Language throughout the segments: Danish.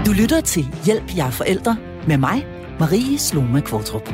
Du lytter til Hjælp, jeg er forælder med mig, Marie Sloma Kvartrup.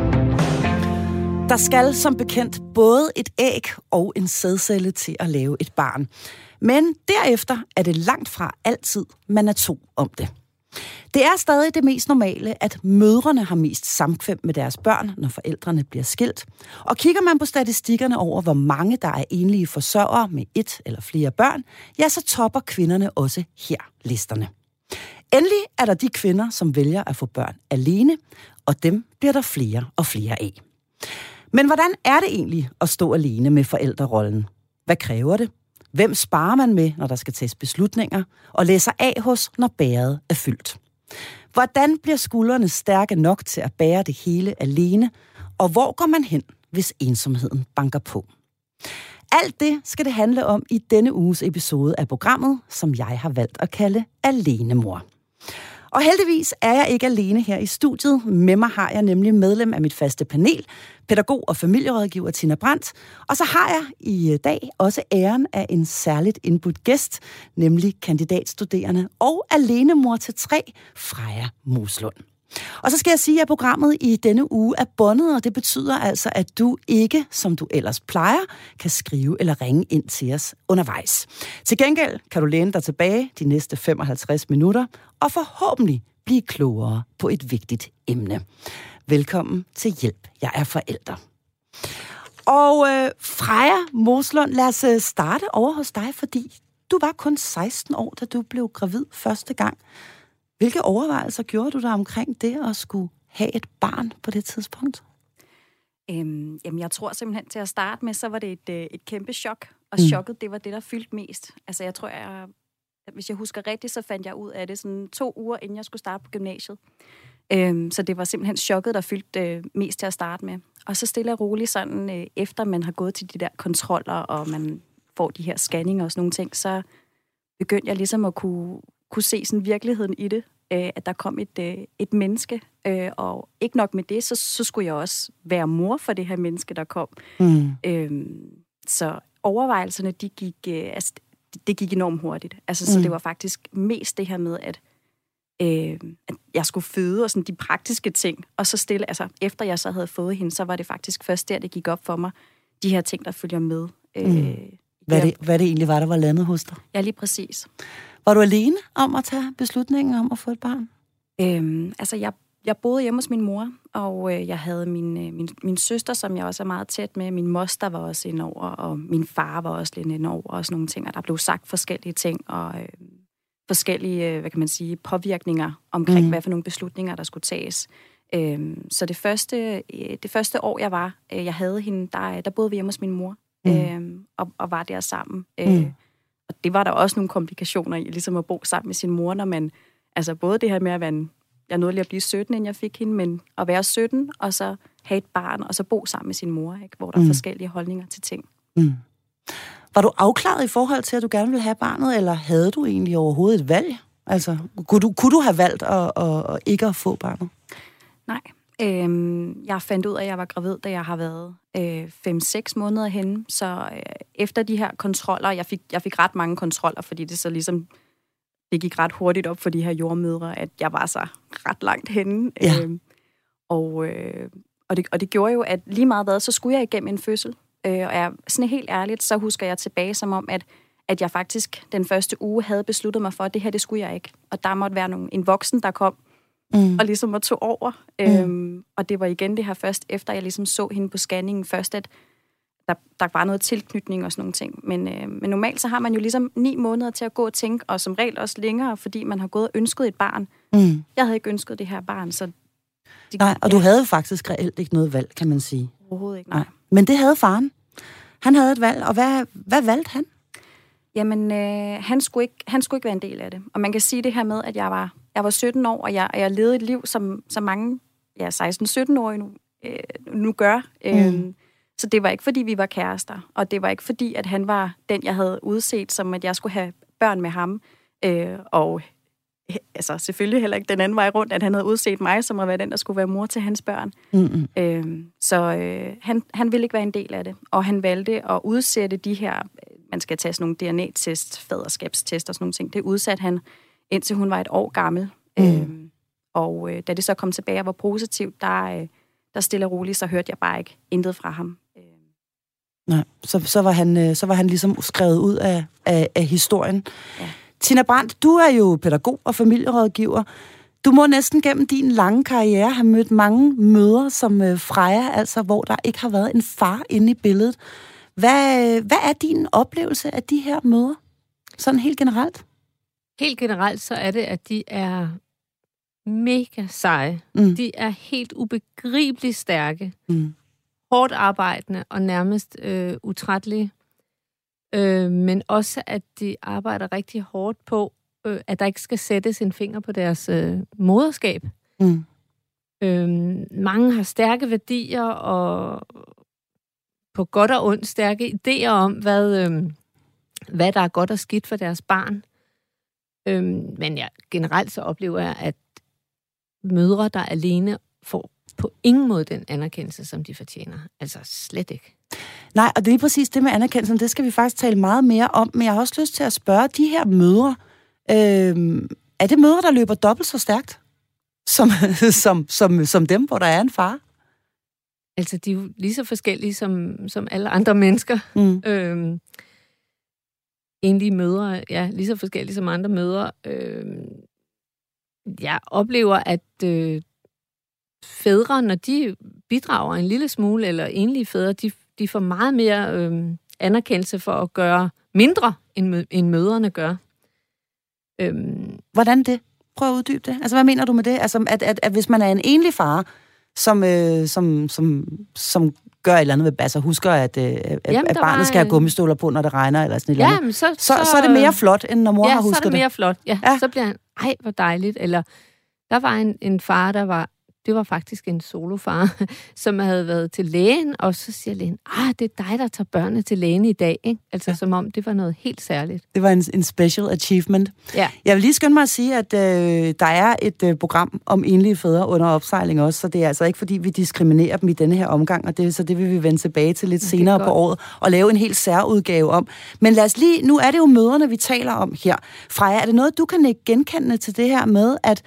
Der skal som bekendt både et æg og en sædcelle til at lave et barn. Men derefter er det langt fra altid, man er to om det. Det er stadig det mest normale, at mødrene har mest samkvem med deres børn, når forældrene bliver skilt. Og kigger man på statistikkerne over, hvor mange der er enlige forsørgere med et eller flere børn, ja, så topper kvinderne også her listerne. Endelig er der de kvinder, som vælger at få børn alene, og dem bliver der flere og flere af. Men hvordan er det egentlig at stå alene med forældrerollen? Hvad kræver det? Hvem sparer man med, når der skal tages beslutninger, og læser af hos, når bæret er fyldt? Hvordan bliver skuldrene stærke nok til at bære det hele alene, og hvor går man hen, hvis ensomheden banker på? Alt det skal det handle om i denne uges episode af programmet, som jeg har valgt at kalde Alenemor. Og heldigvis er jeg ikke alene her i studiet. Med mig har jeg nemlig medlem af mit faste panel, pædagog og familierådgiver Tina Brandt. Og så har jeg i dag også æren af en særligt indbudt gæst, nemlig kandidatstuderende og alenemor til 3, Freja Moslund. Og så skal jeg sige, at programmet i denne uge er bundet, og det betyder altså, at du ikke, som du ellers plejer, kan skrive eller ringe ind til os undervejs. Til gengæld kan du læne dig tilbage de næste 55 minutter og forhåbentlig blive klogere på et vigtigt emne. Velkommen til Hjælp, jeg er forælder. Og Freja Moslund, lad os starte over hos dig, fordi du var kun 16 år, da du blev gravid første gang. Hvilke overvejelser gjorde du der omkring det at skulle have et barn på det tidspunkt? Jamen, jeg tror simpelthen til at starte med, så var det et kæmpe chok. Og chokket, det var det, der fyldte mest. Altså, jeg tror, hvis jeg husker rigtigt, så fandt jeg ud af det sådan 2 uger, inden jeg skulle starte på gymnasiet. Så det var simpelthen chokket, der fyldte mest til at starte med. Og så stille og roligt sådan, efter man har gået til de der kontroller, og man får de her scanninger og sådan nogle ting, så begyndte jeg ligesom at kunne se sådan virkeligheden i det, at der kom et menneske, og ikke nok med det, så skulle jeg også være mor for det her menneske, der kom. Så overvejelserne, det gik enormt hurtigt. Altså, så det var faktisk mest det her med, at jeg skulle føde, og sådan de praktiske ting, og så stille, altså efter jeg så havde fået hende, så var det faktisk først der, det gik op for mig, de her ting, der følger med. Hvad det egentlig var, der var landet hos dig? Ja, lige præcis. Var du alene om at tage beslutningen om at få et barn? Altså, jeg boede hjemme hos min mor, og jeg havde min søster, som jeg også er meget tæt med. Min moster var også indover, og min far var også lidt indover, og sådan nogle ting. Og der blev sagt forskellige ting, og forskellige, hvad kan man sige, påvirkninger omkring, hvad for nogle beslutninger, der skulle tages. Så det første år, jeg havde hende, der boede vi hjemme hos min mor, og var der sammen. Og det var der også nogle komplikationer i, ligesom at bo sammen med sin mor, når man, altså både det her med at være, jeg nåede lige at blive 17, inden jeg fik hende, men at være 17, og så have et barn, og så bo sammen med sin mor, ikke? Hvor der er forskellige holdninger til ting. Var du afklaret i forhold til, at du gerne ville have barnet, eller havde du egentlig overhovedet et valg? Altså, kunne du have valgt at ikke at få barnet? Nej. Jeg fandt ud af, at jeg var gravid, da jeg har været 5-6 måneder henne. Så efter de her kontroller, jeg fik ret mange kontroller, fordi det så ligesom, det gik ret hurtigt op for de her jordmødre, at jeg var så ret langt henne. Ja. Og det gjorde jo, at lige meget hvad, så skulle jeg igennem en fødsel. Og jeg, sådan helt ærligt, så husker jeg tilbage som om, at jeg faktisk den første uge havde besluttet mig for, at det her, det skulle jeg ikke. Og der måtte være en voksen, der kom, og ligesom at tog over. Og det var igen det her først, efter jeg ligesom så hende på scanningen først, at der var noget tilknytning og sådan nogle ting. Men normalt så har man jo ligesom 9 måneder til at gå og tænke, og som regel også længere, fordi man har gået og ønsket et barn. Jeg havde ikke ønsket det her barn, så... Du havde faktisk reelt ikke noget valg, kan man sige. Overhovedet ikke, nej. Men det havde faren. Han havde et valg, og hvad valgte han? Jamen, han skulle ikke være en del af det. Og man kan sige det her med, at jeg var 17 år, og jeg levede et liv, som mange 16-17-årige nu gør. Så det var ikke, fordi vi var kærester. Og det var ikke, fordi at han var den, jeg havde udset, som at jeg skulle have børn med ham. Og altså, selvfølgelig heller ikke den anden vej rundt, at han havde udset mig, som at være den, der skulle være mor til hans børn. Han ville ikke være en del af det. Og han valgte at udsætte de her, man skal tage sådan nogle DNA-test, faderskabstest og sådan nogle ting. Det udsatte han, indtil hun var 1 år gammel. Da det så kom tilbage og var positivt, der stille og roligt, så hørte jeg bare ikke intet fra ham. Nej, så var han ligesom skrevet ud af historien. Ja. Tina Brandt, du er jo pædagog og familierådgiver. Du må næsten gennem din lange karriere have mødt mange mødre som Freja, altså hvor der ikke har været en far inde i billedet. Hvad er din oplevelse af de her mødre? Sådan helt generelt? Helt generelt så er det, at de er mega seje. De er helt ubegribeligt stærke. Hårdt arbejdende og nærmest utrættelige. Men også, at de arbejder rigtig hårdt på, at der ikke skal sættes en finger på deres moderskab. Mange har stærke værdier og på godt og ondt stærke idéer om, hvad der er godt og skidt for deres barn. Men generelt så oplever jeg, at mødre, der alene, får på ingen måde den anerkendelse, som de fortjener. Altså slet ikke. Nej, og det er lige præcis det med anerkendelsen, det skal vi faktisk tale meget mere om, men jeg har også lyst til at spørge de her mødre, er det mødre, der løber dobbelt så stærkt, som dem, hvor der er en far? Altså, de er jo lige så forskellige som alle andre mennesker. Enlige mødre, ja, lige så forskellige som andre mødre. Jeg oplever, at fædre, når de bidrager en lille smule, eller enlige fædre, de får meget mere anerkendelse for at gøre mindre, end mødrene gør. Hvordan det? Prøv at uddybe det. Altså, hvad mener du med det? Altså, at hvis man er en enlig far, som gør et eller andet ved, altså husker, at barnet skal have gummistøvler på, når det regner, eller sådan et eller andet. Så er det mere flot, end når mor har husket det. Ja, så er det mere flot. Ja. Så bliver han, hvor dejligt. Eller der var en far, det var faktisk en solofar, som havde været til lægen, og så siger lægen, det er dig, der tager børnene til lægen i dag, ikke? Altså som om det var noget helt særligt. Det var en special achievement. Ja. Jeg vil lige skynde mig at sige, at der er et program om enlige fædre under opsejling også, så det er altså ikke, fordi vi diskriminerer dem i denne her omgang, og det vil vi vende tilbage til lidt senere på året, og lave en helt særudgave om. Men lad os lige, nu er det jo mødrene, vi taler om her. Freja, er det noget, du kan genkende til det her med, at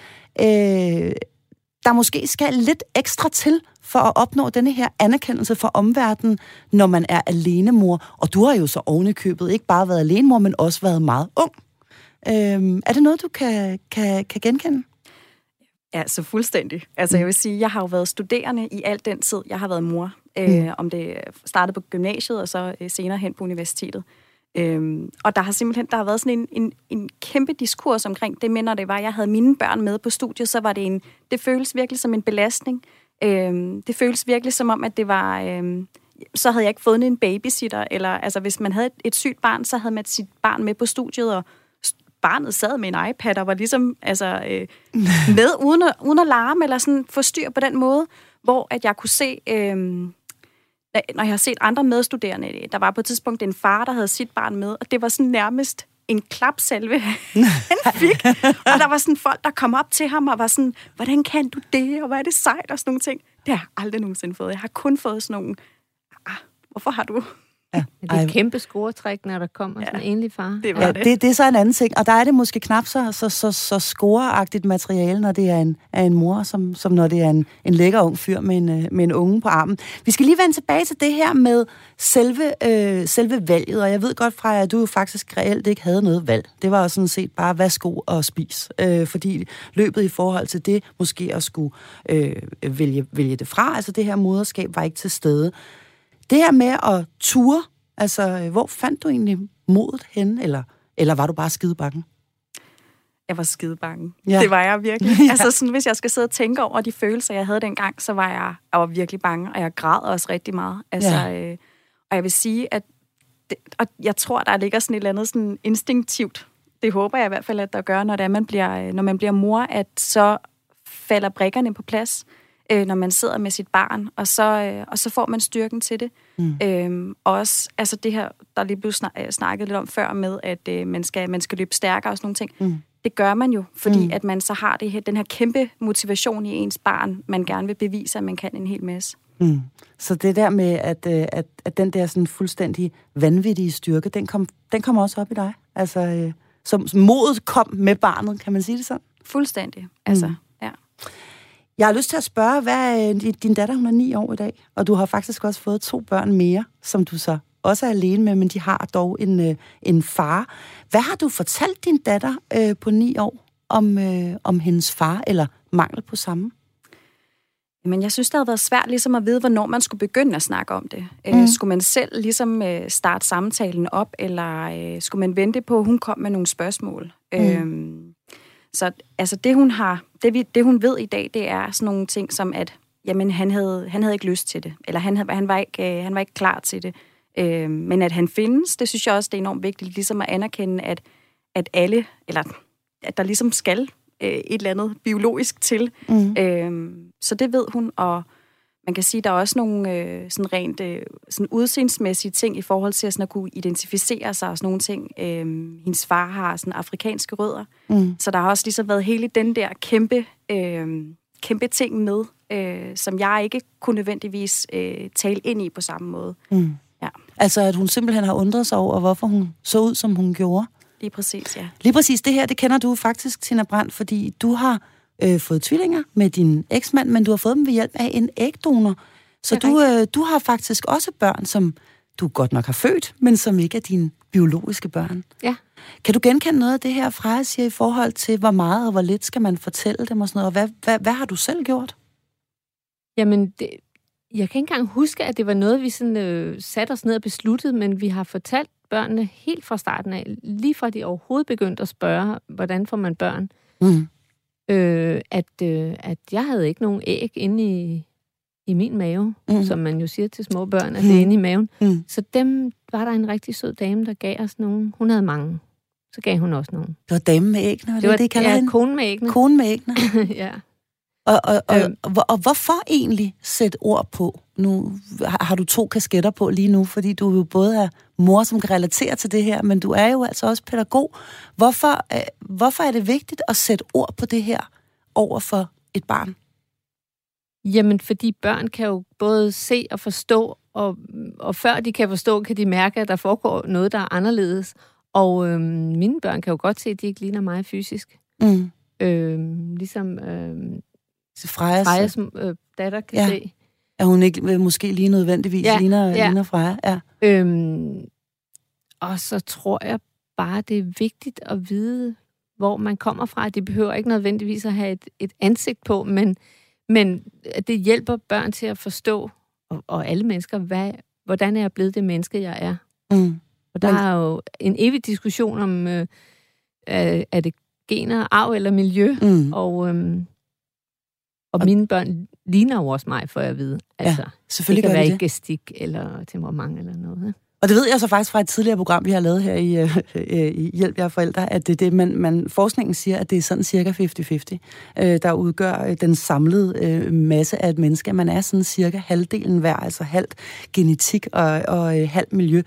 der måske skal lidt ekstra til for at opnå denne her anerkendelse for omverdenen, når man er alenemor. Og du har jo så ovenikøbet ikke bare været alenemor, men også været meget ung. Er det noget, du kan genkende? Ja, så fuldstændig. Altså jeg vil sige, jeg har jo været studerende i al den tid, jeg har været mor. Om det startede på gymnasiet, og så senere hen på universitetet. Og der har været sådan en kæmpe diskurs omkring det, men når det var, jeg havde mine børn med på studiet, så var det føles virkelig som en belastning. Det føles virkelig som om, at det var, så havde jeg ikke fået en babysitter, eller altså hvis man havde et sygt barn, så havde man sit barn med på studiet, og barnet sad med en iPad og var ligesom med uden at larme, eller sådan få styr på den måde, hvor at jeg kunne se, når jeg har set andre medstuderende, der var på et tidspunkt en far, der havde sit barn med, og det var sådan nærmest en klapsalve, han fik. Og der var sådan folk, der kom op til ham og var sådan, hvordan kan du det, og hvad er det sejt, og sådan nogle ting. Det har jeg aldrig nogensinde fået. Jeg har kun fået sådan nogle, hvorfor har du... Ja. Det er et kæmpe scoretræk, når der kommer sådan en enlig far. Det er så en anden ting, og der er det måske knap så scoreagtigt materiale, når det er en mor, som når det er en lækker ung fyr med en unge på armen. Vi skal lige vende tilbage til det her med selve valget, og jeg ved godt fra, at du faktisk reelt ikke havde noget valg. Det var jo sådan set bare værsgo og spis, fordi løbet i forhold til det, måske at skulle vælge det fra, altså det her moderskab var ikke til stede. Det her med at ture, altså, hvor fandt du egentlig modet henne, eller var du bare skidebange? Jeg var skidebange. Ja. Det var jeg virkelig. Ja. Altså, sådan, hvis jeg skal sidde og tænke over de følelser, jeg havde dengang, så var jeg var virkelig bange, og jeg græd også rigtig meget. Altså, og jeg vil sige, at og jeg tror, der ligger sådan et eller andet sådan instinktivt. Det håber jeg i hvert fald, at der gør, når man bliver mor, at så falder brikkerne på plads, når man sidder med sit barn, og så får man styrken til det. Også, altså det her, der lige blev snakket lidt om før med, at man skal løbe stærkere og sådan nogle ting. Det gør man jo, fordi at man så har den her kæmpe motivation i ens barn, man gerne vil bevise, at man kan en hel masse. Så det der med, at den der sådan fuldstændig vanvittige styrke, den kom også op i dig? Altså, som modet kom med barnet, kan man sige det sådan? fuldstændig. Altså, ja. Jeg har lyst til at spørge, hvad din datter, hun er 9 år i dag, og du har faktisk også fået 2 børn mere, som du så også er alene med, men de har dog en far. Hvad har du fortalt din datter på 9 år om hendes far, eller mangel på samme? Men jeg synes, det havde været svært ligesom at vide, hvornår man skulle begynde at snakke om det. Skulle man selv ligesom starte samtalen op, eller skulle man vente på, at hun kom med nogle spørgsmål? Så altså det hun ved i dag, det er sådan nogle ting som, at jamen, han havde ikke lyst til det, eller han var ikke klar til det. Men at han findes, det synes jeg også, det er enormt vigtigt, ligesom at anerkende, at alle, eller at der ligesom skal et eller andet biologisk til. Så det ved hun, og man kan sige, der er også nogle sådan rent sådan udseendsmæssige ting i forhold til sådan at kunne identificere sig og sådan nogle ting. Hendes far har sådan afrikanske rødder, så der har også ligesom været hele den der kæmpe ting med, som jeg ikke kunne nødvendigvis tale ind i på samme måde. Ja. Altså, at hun simpelthen har undret sig over, hvorfor hun så ud, som hun gjorde. Lige præcis, ja. Lige præcis. Det her, det kender du faktisk, Tina Brandt, fordi du har fået tvillinger med din eksmand, men du har fået dem ved hjælp af en ægdonor. Så du har faktisk også børn, som du godt nok har født, men som ikke er dine biologiske børn. Ja. Kan du genkende noget af det her, Freja siger, i forhold til, hvor meget og hvor lidt skal man fortælle dem og sådan noget? Og hvad har du selv gjort? Jamen, jeg kan ikke engang huske, at det var noget, vi sådan, satte os ned og besluttede, men vi har fortalt børnene helt fra starten af, lige fra de overhovedet begyndte at spørge, hvordan får man børn, at jeg havde ikke nogen æg inde i min mave, som man jo siger til små børn, at det er inde i maven. Så dem var der en rigtig sød dame, der gav os nogle. Hun havde mange. Så gav hun også nogle. Det var dame med æggene? Det var kone med æggene. Kone med æggene? Ja. Og hvorfor egentlig sætte ord på? Nu har du 2 kasketter på lige nu, fordi du jo både er mor, som kan relatere til det her, men du er jo altså også pædagog. Hvorfor er det vigtigt at sætte ord på det her over for et barn? Jamen, fordi børn kan jo både se og forstå, og før de kan forstå, kan de mærke, at der foregår noget, der er anderledes. Og mine børn kan jo godt se, at de ikke ligner mig fysisk. Ligesom Frejas datter kan se. Er hun ikke måske lige nødvendigvis ligner Freja? Ja. Og så tror jeg bare, det er vigtigt at vide, hvor man kommer fra. Det behøver ikke nødvendigvis at have et ansigt på, men det hjælper børn til at forstå, og alle mennesker, hvordan er jeg blevet det menneske, jeg er. Og der er jo en evig diskussion om, er det gener, arv eller miljø, og mine børn ligner jo også mig, for at vide. Altså, selvfølgelig det kan være i gestik eller temperament eller noget. Og det ved jeg så faktisk fra et tidligere program, vi har lavet her i Hjælp jer forældre, at det forskningen siger, at det er sådan cirka 50-50, der udgør den samlede masse af et menneske. Man er sådan cirka halvdelen hver, altså halvt genetik og halvt miljø.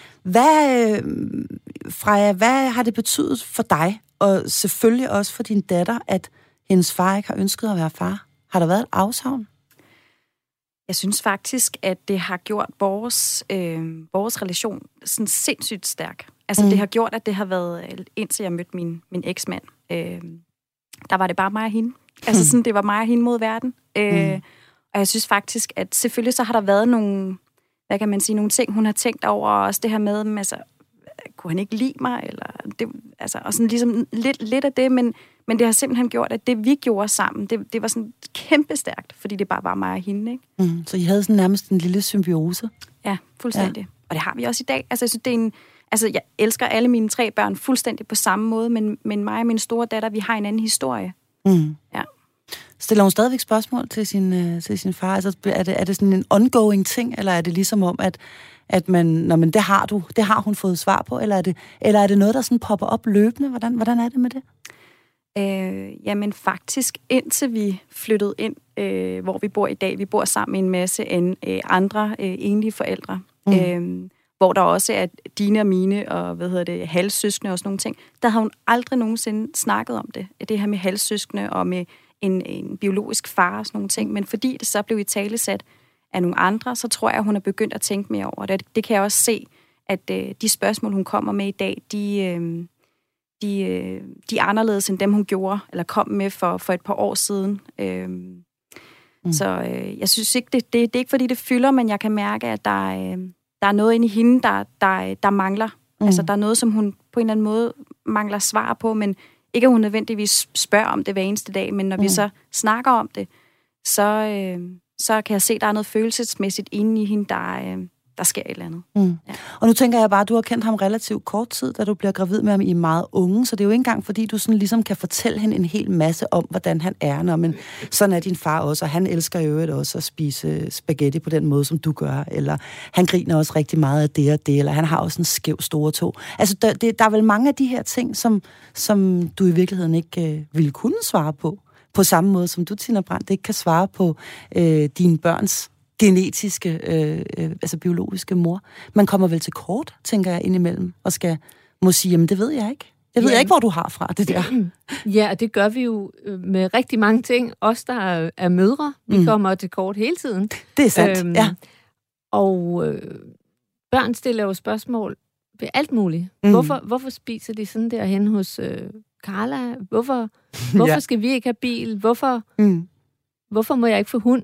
Freja, hvad har det betydet for dig, og selvfølgelig også for din datter, at hendes far ikke har ønsket at være far? Har der været et afsavn? Jeg synes faktisk, at det har gjort vores relation sådan sindssygt stærk. Altså det har gjort, at det har været, indtil jeg mødte min eksmand, der var det bare mig og hende. Altså sådan, det var mig og hende mod verden. Og jeg synes faktisk, at selvfølgelig så har der været nogle, hvad kan man sige, nogle ting, hun har tænkt over, og også det her med, altså, kunne han ikke lide mig? Eller det, altså, og sådan ligesom lidt af det, men det har simpelthen gjort, at det vi gjorde sammen, det var sådan kæmpe stærkt, fordi det bare var mig og hende, ikke? Så I havde sådan nærmest en lille symbiose? Ja, fuldstændig. Ja. Og det har vi også i dag. Altså, jeg synes, det er jeg elsker alle mine 3 børn fuldstændig på samme måde, men mig og min store datter, vi har en anden historie. Ja. Stiller hun stadigvæk spørgsmål til sin far? Altså, er det sådan en ongoing ting, eller er det ligesom om, at man, det har hun fået svar på, eller er det noget, der sådan popper op løbende? Hvordan er det med det? Jamen faktisk, indtil vi flyttede ind, hvor vi bor i dag, vi bor sammen med en masse andre enlige forældre, hvor der også er dine og mine, og halvsøskende og sådan nogle ting, der har hun aldrig nogensinde snakket om det her med halvsøskende og med en biologisk far og sådan nogle ting, men fordi det så blev italesat af nogle andre, så tror jeg, at hun er begyndt at tænke mere over det. Det kan jeg også se, at de spørgsmål, hun kommer med i dag, de er anderledes end dem, hun gjorde, eller kom med for et par år siden. Så jeg synes ikke, det er ikke fordi, det fylder, men jeg kan mærke, at der er noget inde i hende, der mangler. Altså, der er noget, som hun på en eller anden måde mangler svar på, men ikke at hun nødvendigvis spørger om det hver eneste dag, men når vi så snakker om det, så kan jeg se, at der er noget følelsesmæssigt inde i hende, der sker et eller andet. Ja. Og nu tænker jeg bare, at du har kendt ham relativt kort tid, da du bliver gravid med ham i meget unge, så det er jo ikke engang, fordi du sådan ligesom kan fortælle hende en hel masse om, hvordan han er. Men sådan er din far også, og han elsker jo også at spise spaghetti på den måde, som du gør, eller han griner også rigtig meget af det og det, eller han har også en skæv store tå. Altså, der er vel mange af de her ting, som du i virkeligheden ikke ville kunne svare på samme måde, som du, Tina Brandt, ikke kan svare på dine børns genetiske, altså biologiske mor. Man kommer vel til kort, tænker jeg, indimellem, og må sige, jamen det ved jeg ikke. Jeg ved ikke, hvor du har fra det der. Ja, og det gør vi jo med rigtig mange ting. Os, der er mødre, vi kommer til kort hele tiden. Det er sandt, ja. Og børn stiller jo spørgsmål ved alt muligt. Hvorfor spiser de sådan der hen hos Carla? Hvorfor skal vi ikke have bil? Hvorfor må jeg ikke få hund?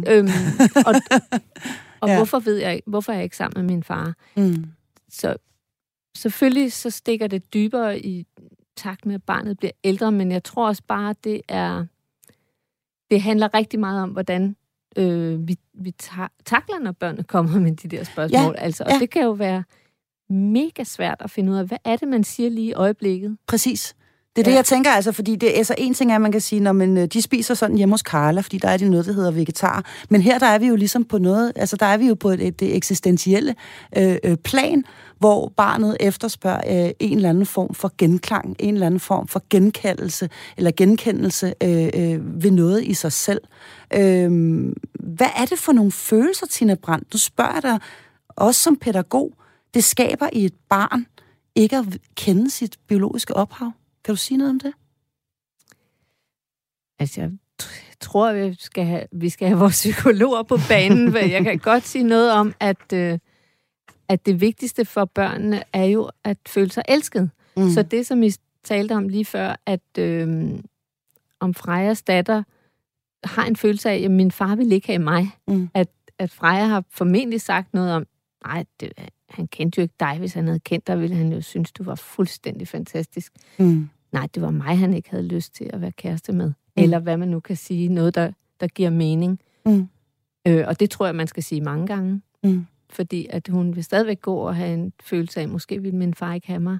Og hvorfor er jeg ikke sammen med min far? Så selvfølgelig så stikker det dybere i takt med, at barnet bliver ældre, men jeg tror også bare, at det handler rigtig meget om, hvordan vi takler, når børnene kommer med de der spørgsmål. Og det kan jo være mega svært at finde ud af, hvad er det, man siger lige i øjeblikket? Præcis. Det er det, jeg tænker, altså, fordi det, altså, en ting er, at man kan sige, når de spiser sådan hjemme hos Carla, fordi der er det noget, der hedder vegetar. Men her, der er vi jo ligesom på noget, altså der er vi jo på et eksistentielle plan, hvor barnet efterspørger en eller anden form for genklang, en eller anden form for genkaldelse, eller genkendelse ved noget i sig selv. Hvad er det for nogle følelser, Tina Brandt? Du spørger dig også som pædagog, det skaber i et barn ikke at kende sit biologiske ophav. Kan du sige noget om det? Altså, jeg tror, vi skal have vores psykologer på banen, for jeg kan godt sige noget om, at det vigtigste for børnene er jo at føle sig elsket. Så det, som I talte om lige før, at om Frejas datter har en følelse af, at min far vil ikke have mig. At Freja har formentlig sagt noget om, nej, han kendte jo ikke dig. Hvis han havde kendt dig, ville han jo synes, du var fuldstændig fantastisk. Nej, det var mig, han ikke havde lyst til at være kæreste med. Eller hvad man nu kan sige, noget, der giver mening. Og det tror jeg, man skal sige mange gange. Fordi at hun vil stadigvæk gå og have en følelse af, måske vil min far ikke have mig.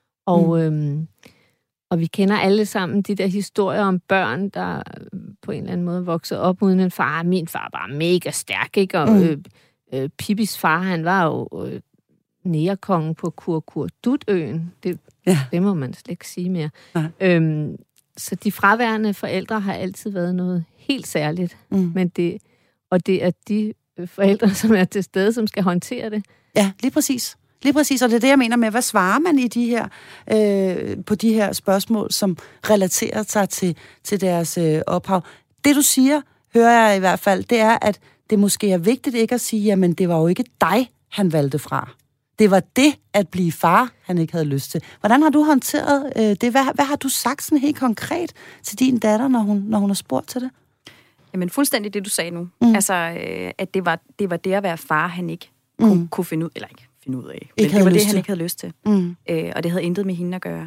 Og vi kender alle sammen de der historier om børn, der på en eller anden måde vokser op uden en far. Min far var mega stærk, ikke? Og Pippis far, han var jo nærekongen på Kurkurdutøen. Det må man slet ikke sige mere. Så de fraværende forældre har altid været noget helt særligt. Men det er de forældre, som er til stede, som skal håndtere det. Ja, lige præcis. Lige præcis, og det er det, jeg mener med, hvad svarer man i de her, på de her spørgsmål, som relaterer sig til deres ophav. Det, du siger, hører jeg i hvert fald, det er, at det måske er vigtigt ikke at sige, jamen det var jo ikke dig, han valgte fra. Det var det at blive far, han ikke havde lyst til. Hvordan har du håndteret det? Hvad har du sagt sådan helt konkret til din datter, når hun har spurgt til det? Jamen fuldstændig det, du sagde nu. Altså, at det var det at være far, han ikke kunne finde ud, eller ikke finde ud af. Men det var det, han ikke havde lyst til. Og det havde intet med hende at gøre.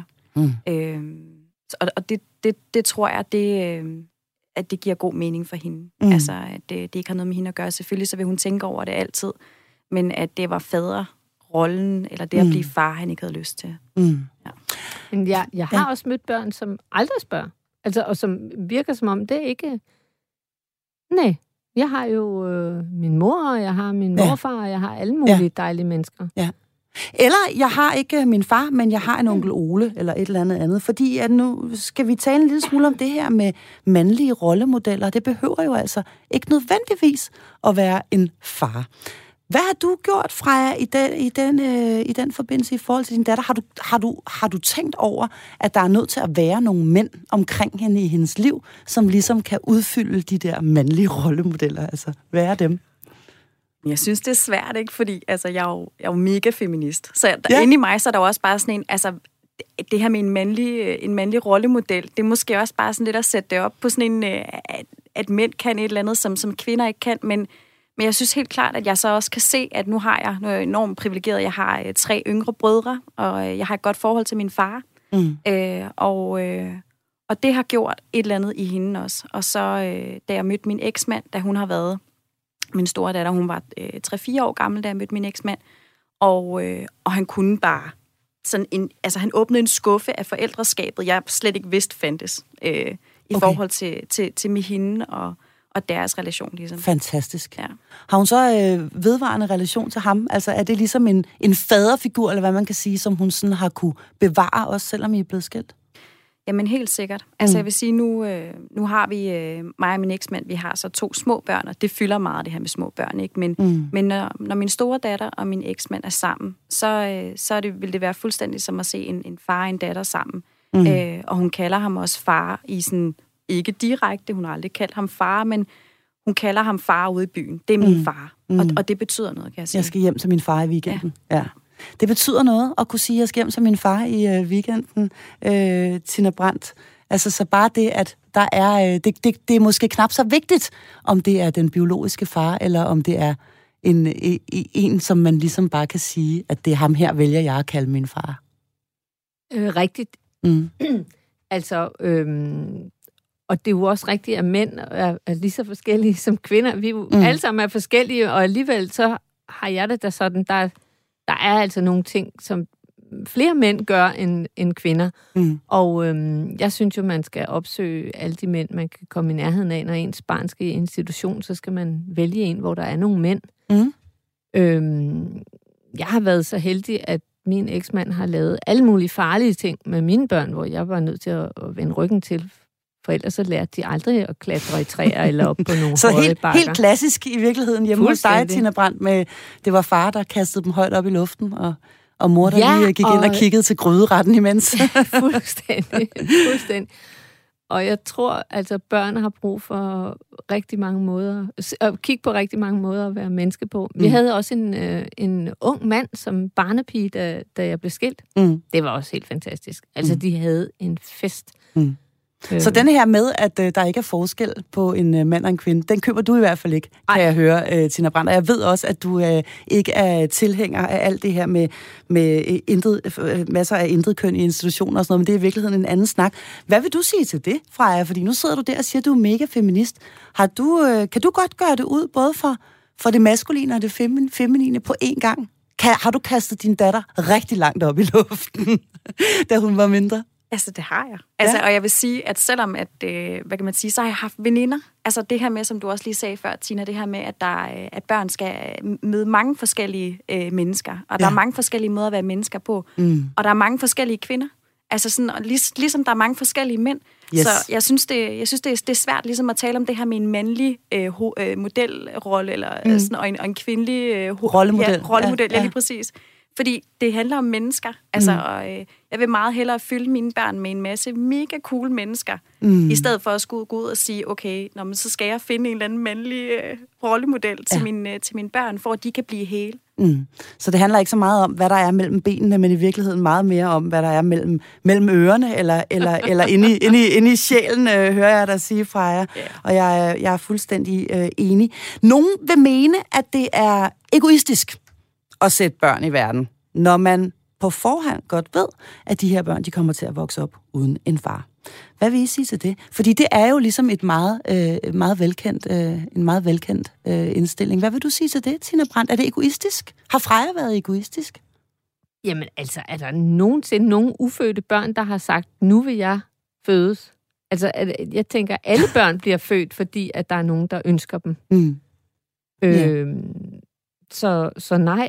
Og det tror jeg, at det giver god mening for hende. Altså, at det ikke har noget med hende at gøre. Selvfølgelig så vil hun tænke over det altid. Men at det var faderrollen, eller det at blive far, han ikke havde lyst til. Ja. Men jeg har også mødt børn, som aldrig spørger. Altså, og som virker som om, det ikke... Nej, jeg har jo min mor, og jeg har min morfar, og jeg har alle mulige dejlige mennesker. Ja. Eller, jeg har ikke min far, men jeg har en onkel Ole, eller et eller andet. Fordi at nu skal vi tale en lille smule om det her med mandlige rollemodeller. Det behøver jo altså ikke nødvendigvis at være en far. Hvad har du gjort, Freja, i den forbindelse i forhold til din datter? Har du tænkt over, at der er nødt til at være nogle mænd omkring hende i hendes liv, som ligesom kan udfylde de der mandlige rollemodeller? Altså, hvad er dem? Jeg synes, det er svært, ikke? Fordi altså, jeg er jo mega feminist. Så inde i mig, så er der jo også bare sådan en... Altså, det her med en mandlig rollemodel, det er måske også bare sådan lidt at sætte det op på sådan en, at mænd kan et eller andet, som kvinder ikke kan, men jeg synes helt klart, at jeg så også kan se, at nu er jeg enormt privilegeret. Jeg har 3 yngre brødre, og jeg har et godt forhold til min far. Og det har gjort et eller andet i hende også. Og så, da jeg mødte min eksmand, da hun har været min store datter, hun var 3-4 år gammel, da jeg mødte min eksmand, og han kunne bare sådan han åbnede en skuffe af forældreskabet, jeg slet ikke vidste fandtes, i forhold til med hende og deres relation. Ligesom. Fantastisk. Ja. Har hun så vedvarende relation til ham? Altså er det ligesom en faderfigur, eller hvad man kan sige, som hun sådan har kunne bevare også, selvom I er blevet skilt? Jamen helt sikkert. Altså jeg vil sige, nu har vi, mig og min eksmand, vi har så 2 små børn, og det fylder meget det her med små børn, ikke? Men når min store datter og min eksmand er sammen, så vil det være fuldstændig som at se en far og en datter sammen. Og hun kalder ham også far i sådan, ikke direkte, hun har aldrig kaldt ham far, men hun kalder ham far ude i byen. Det er min far, og det betyder noget, kan jeg sige. Jeg skal hjem til min far i weekenden. Ja. Det betyder noget at kunne sige, at jeg skal hjem til min far i weekenden, Tina Brandt. Altså så bare det, at der er, det er måske knap så vigtigt, om det er den biologiske far, eller om det er en, som man ligesom bare kan sige, at det er ham her, vælger jeg at kalde min far. Rigtigt. Altså, og det er jo også rigtigt, at mænd er lige så forskellige som kvinder. Vi jo alle sammen er forskellige, og alligevel så har jeg det da sådan, der er altså nogle ting, som flere mænd gør end kvinder. Og jeg synes jo, man skal opsøge alle de mænd, man kan komme i nærheden af. Når ens barn skal i institution, så skal man vælge en, hvor der er nogle mænd. Jeg har været så heldig, at min eksmand har lavet alle mulige farlige ting med mine børn, hvor jeg var nødt til at vende ryggen til. For ellers så lærte de aldrig at klatre i træer eller op på nogle høje bakker. Så helt klassisk i virkeligheden hjemme hos dig, Tina Brandt, med det var far, der kastede dem højt op i luften, og mor, der lige gik ind og kiggede til gryderetten imens. Fuldstændig. Og jeg tror, altså børn har brug for rigtig mange måder, at kigge på rigtig mange måder at være menneske på. Vi havde også en ung mand som barnepige, da jeg blev skilt. Det var også helt fantastisk. Altså, de havde en fest. Så denne her med, at der ikke er forskel på en mand og en kvinde, den køber du i hvert fald ikke, kan jeg høre, Tina Brandt. Og jeg ved også, at du ikke er tilhænger af alt det her med masser af intet køn i institutioner og sådan noget, men det er i virkeligheden en anden snak. Hvad vil du sige til det, Freja? Fordi nu sidder du der og siger, at du er mega feminist. Kan du godt gøre det ud, både for det maskuline og det feminine på én gang? Har du kastet din datter rigtig langt op i luften, da hun var mindre? Altså, det har jeg. Altså, og jeg vil sige, at selvom, at, hvad kan man sige, så har jeg haft veninder. Altså, det her med, som du også lige sagde før, Tina, det her med, at børn skal møde mange forskellige mennesker. Og der er mange forskellige måder at være mennesker på. Og der er mange forskellige kvinder. Altså, sådan, og ligesom der er mange forskellige mænd. Yes. Så jeg synes, det er svært ligesom at tale om det her med en mandlig modelrolle, eller sådan, og en kvindelig rollemodel, lige præcis. Fordi det handler om mennesker. Altså, og jeg vil meget hellere fylde mine børn med en masse mega cool mennesker, i stedet for at skulle gå ud og sige, okay, så skal jeg finde en eller anden mandlig rollemodel til mine børn, for at de kan blive hele. Så det handler ikke så meget om, hvad der er mellem benene, men i virkeligheden meget mere om, hvad der er mellem ørerne, eller inde i sjælen, hører jeg dig sige, Freja. Yeah. Og jeg er fuldstændig enig. Nogen vil mene, at det er egoistisk at sætte børn i verden, når man på forhånd godt ved, at de her børn, de kommer til at vokse op uden en far. Hvad vil I sige til det? Fordi det er jo ligesom en meget velkendt indstilling. Hvad vil du sige til det, Tina Brandt? Er det egoistisk? Har Freja været egoistisk? Jamen altså, er der nogensinde nogen ufødte børn, der har sagt, nu vil jeg fødes? Altså, jeg tænker, at alle børn bliver født, fordi at der er nogen, der ønsker dem. Så nej.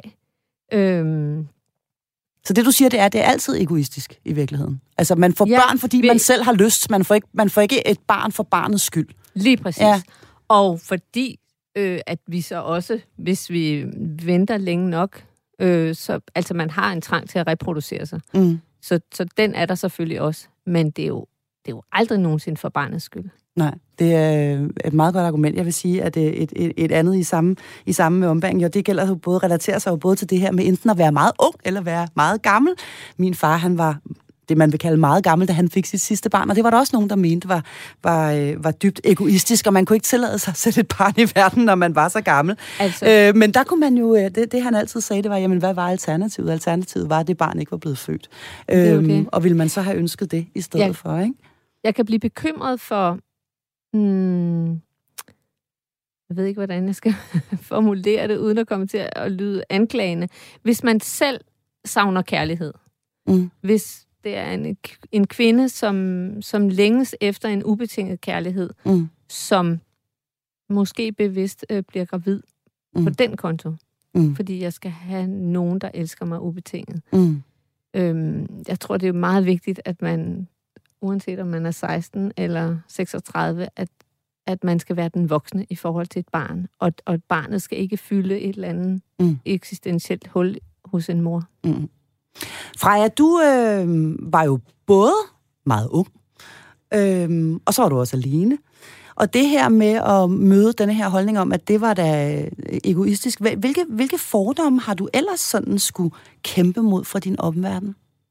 Så det, du siger, det er altid egoistisk i virkeligheden. Altså, man får børn, fordi man selv har lyst. Man får ikke et barn for barnets skyld. Lige præcis. Ja. Og fordi, at vi så også, hvis vi venter længe nok, så altså man har en trang til at reproducere sig. Så den er der selvfølgelig også. Men det er jo aldrig nogensinde for barnets skyld. Nej, det er et meget godt argument. Jeg vil sige, at et andet i samme ombæring, og det gælder jo relaterer sig jo både til det her med enten at være meget ung eller være meget gammel. Min far, han var det, man vil kalde meget gammel, da han fik sit sidste barn, og det var der også nogen, der mente var dybt egoistisk, og man kunne ikke tillade sig at sætte et barn i verden, når man var så gammel. Altså. Men der kunne man jo, det han altid sagde, det var, jamen, hvad var alternativet? Alternativet var, at det barn ikke var blevet født. Og ville man så have ønsket det i stedet for, ikke? Jeg kan blive bekymret for... jeg ved ikke, hvordan jeg skal formulere det, uden at komme til at lyde anklagende. Hvis man selv savner kærlighed, hvis det er en kvinde, som længes efter en ubetinget kærlighed, som måske bevidst bliver gravid på den konto, fordi jeg skal have nogen, der elsker mig ubetinget. Jeg tror, det er meget vigtigt, at man, uanset om man er 16 eller 36, at man skal være den voksne i forhold til et barn, og barnet skal ikke fylde et eller andet eksistentielt hul hos en mor. Freja, du var jo både meget ung, og så var du også alene. Og det her med at møde denne her holdning om, at det var da egoistisk, hvilke fordomme har du ellers sådan skulle kæmpe mod fra din omverden?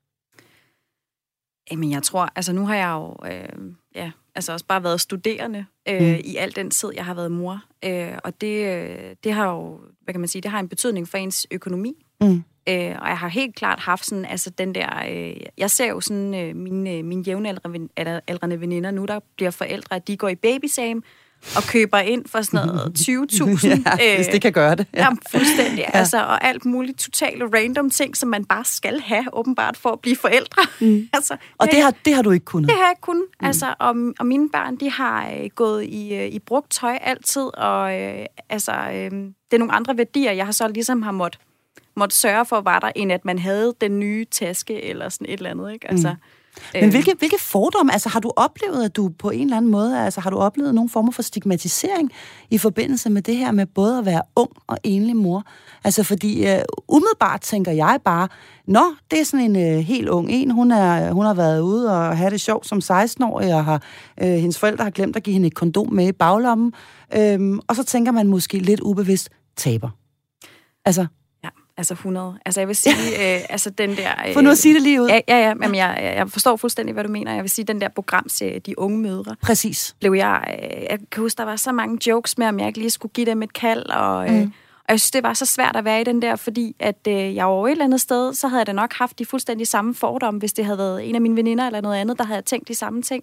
Jamen, jeg tror, altså nu har jeg jo også bare været studerende i al den tid, jeg har været mor. Og det har jo, hvad kan man sige, det har en betydning for ens økonomi. Og jeg har helt klart haft sådan, altså den der, jeg ser jo sådan mine jævnaldrende veninder nu, der bliver forældre, at de går i babysame og køber ind for sådan noget 20.000. Hvis det kan gøre det. Ja, fuldstændig. Ja. Altså, og alt muligt totale random ting, som man bare skal have, åbenbart, for at blive forældre. Altså, og det har du ikke kunnet? Det har jeg ikke kunnet. Altså, og mine børn, de har gået i brugt tøj altid, og det er nogle andre værdier, jeg har så ligesom måtte sørge for, var der, end at man havde den nye taske, eller sådan et eller andet, ikke? Altså, Men hvilke fordomme, altså har du oplevet, at du på en eller anden måde, altså har du oplevet nogle former for stigmatisering i forbindelse med det her med både at være ung og enlig mor? Altså fordi umiddelbart tænker jeg bare, det er sådan en helt ung en, hun har været ude og have det sjovt som 16-årig, og hendes forældre har glemt at give hende et kondom med i baglommen, og så tænker man måske lidt ubevidst, taber. Altså... Altså 100. Altså jeg vil sige, altså den der... For nu at sige det lige ud. Ja, men jeg forstår fuldstændig, hvad du mener. Jeg vil sige, den der programserie, De Unge Mødre. Præcis. Jeg kan huske, der var så mange jokes med, om jeg ikke lige skulle give dem et kald, og jeg synes, det var så svært at være i den der, fordi at jeg var et eller andet sted, så havde jeg da nok haft de fuldstændig samme fordomme, hvis det havde været en af mine veninder eller noget andet, der havde tænkt de samme ting.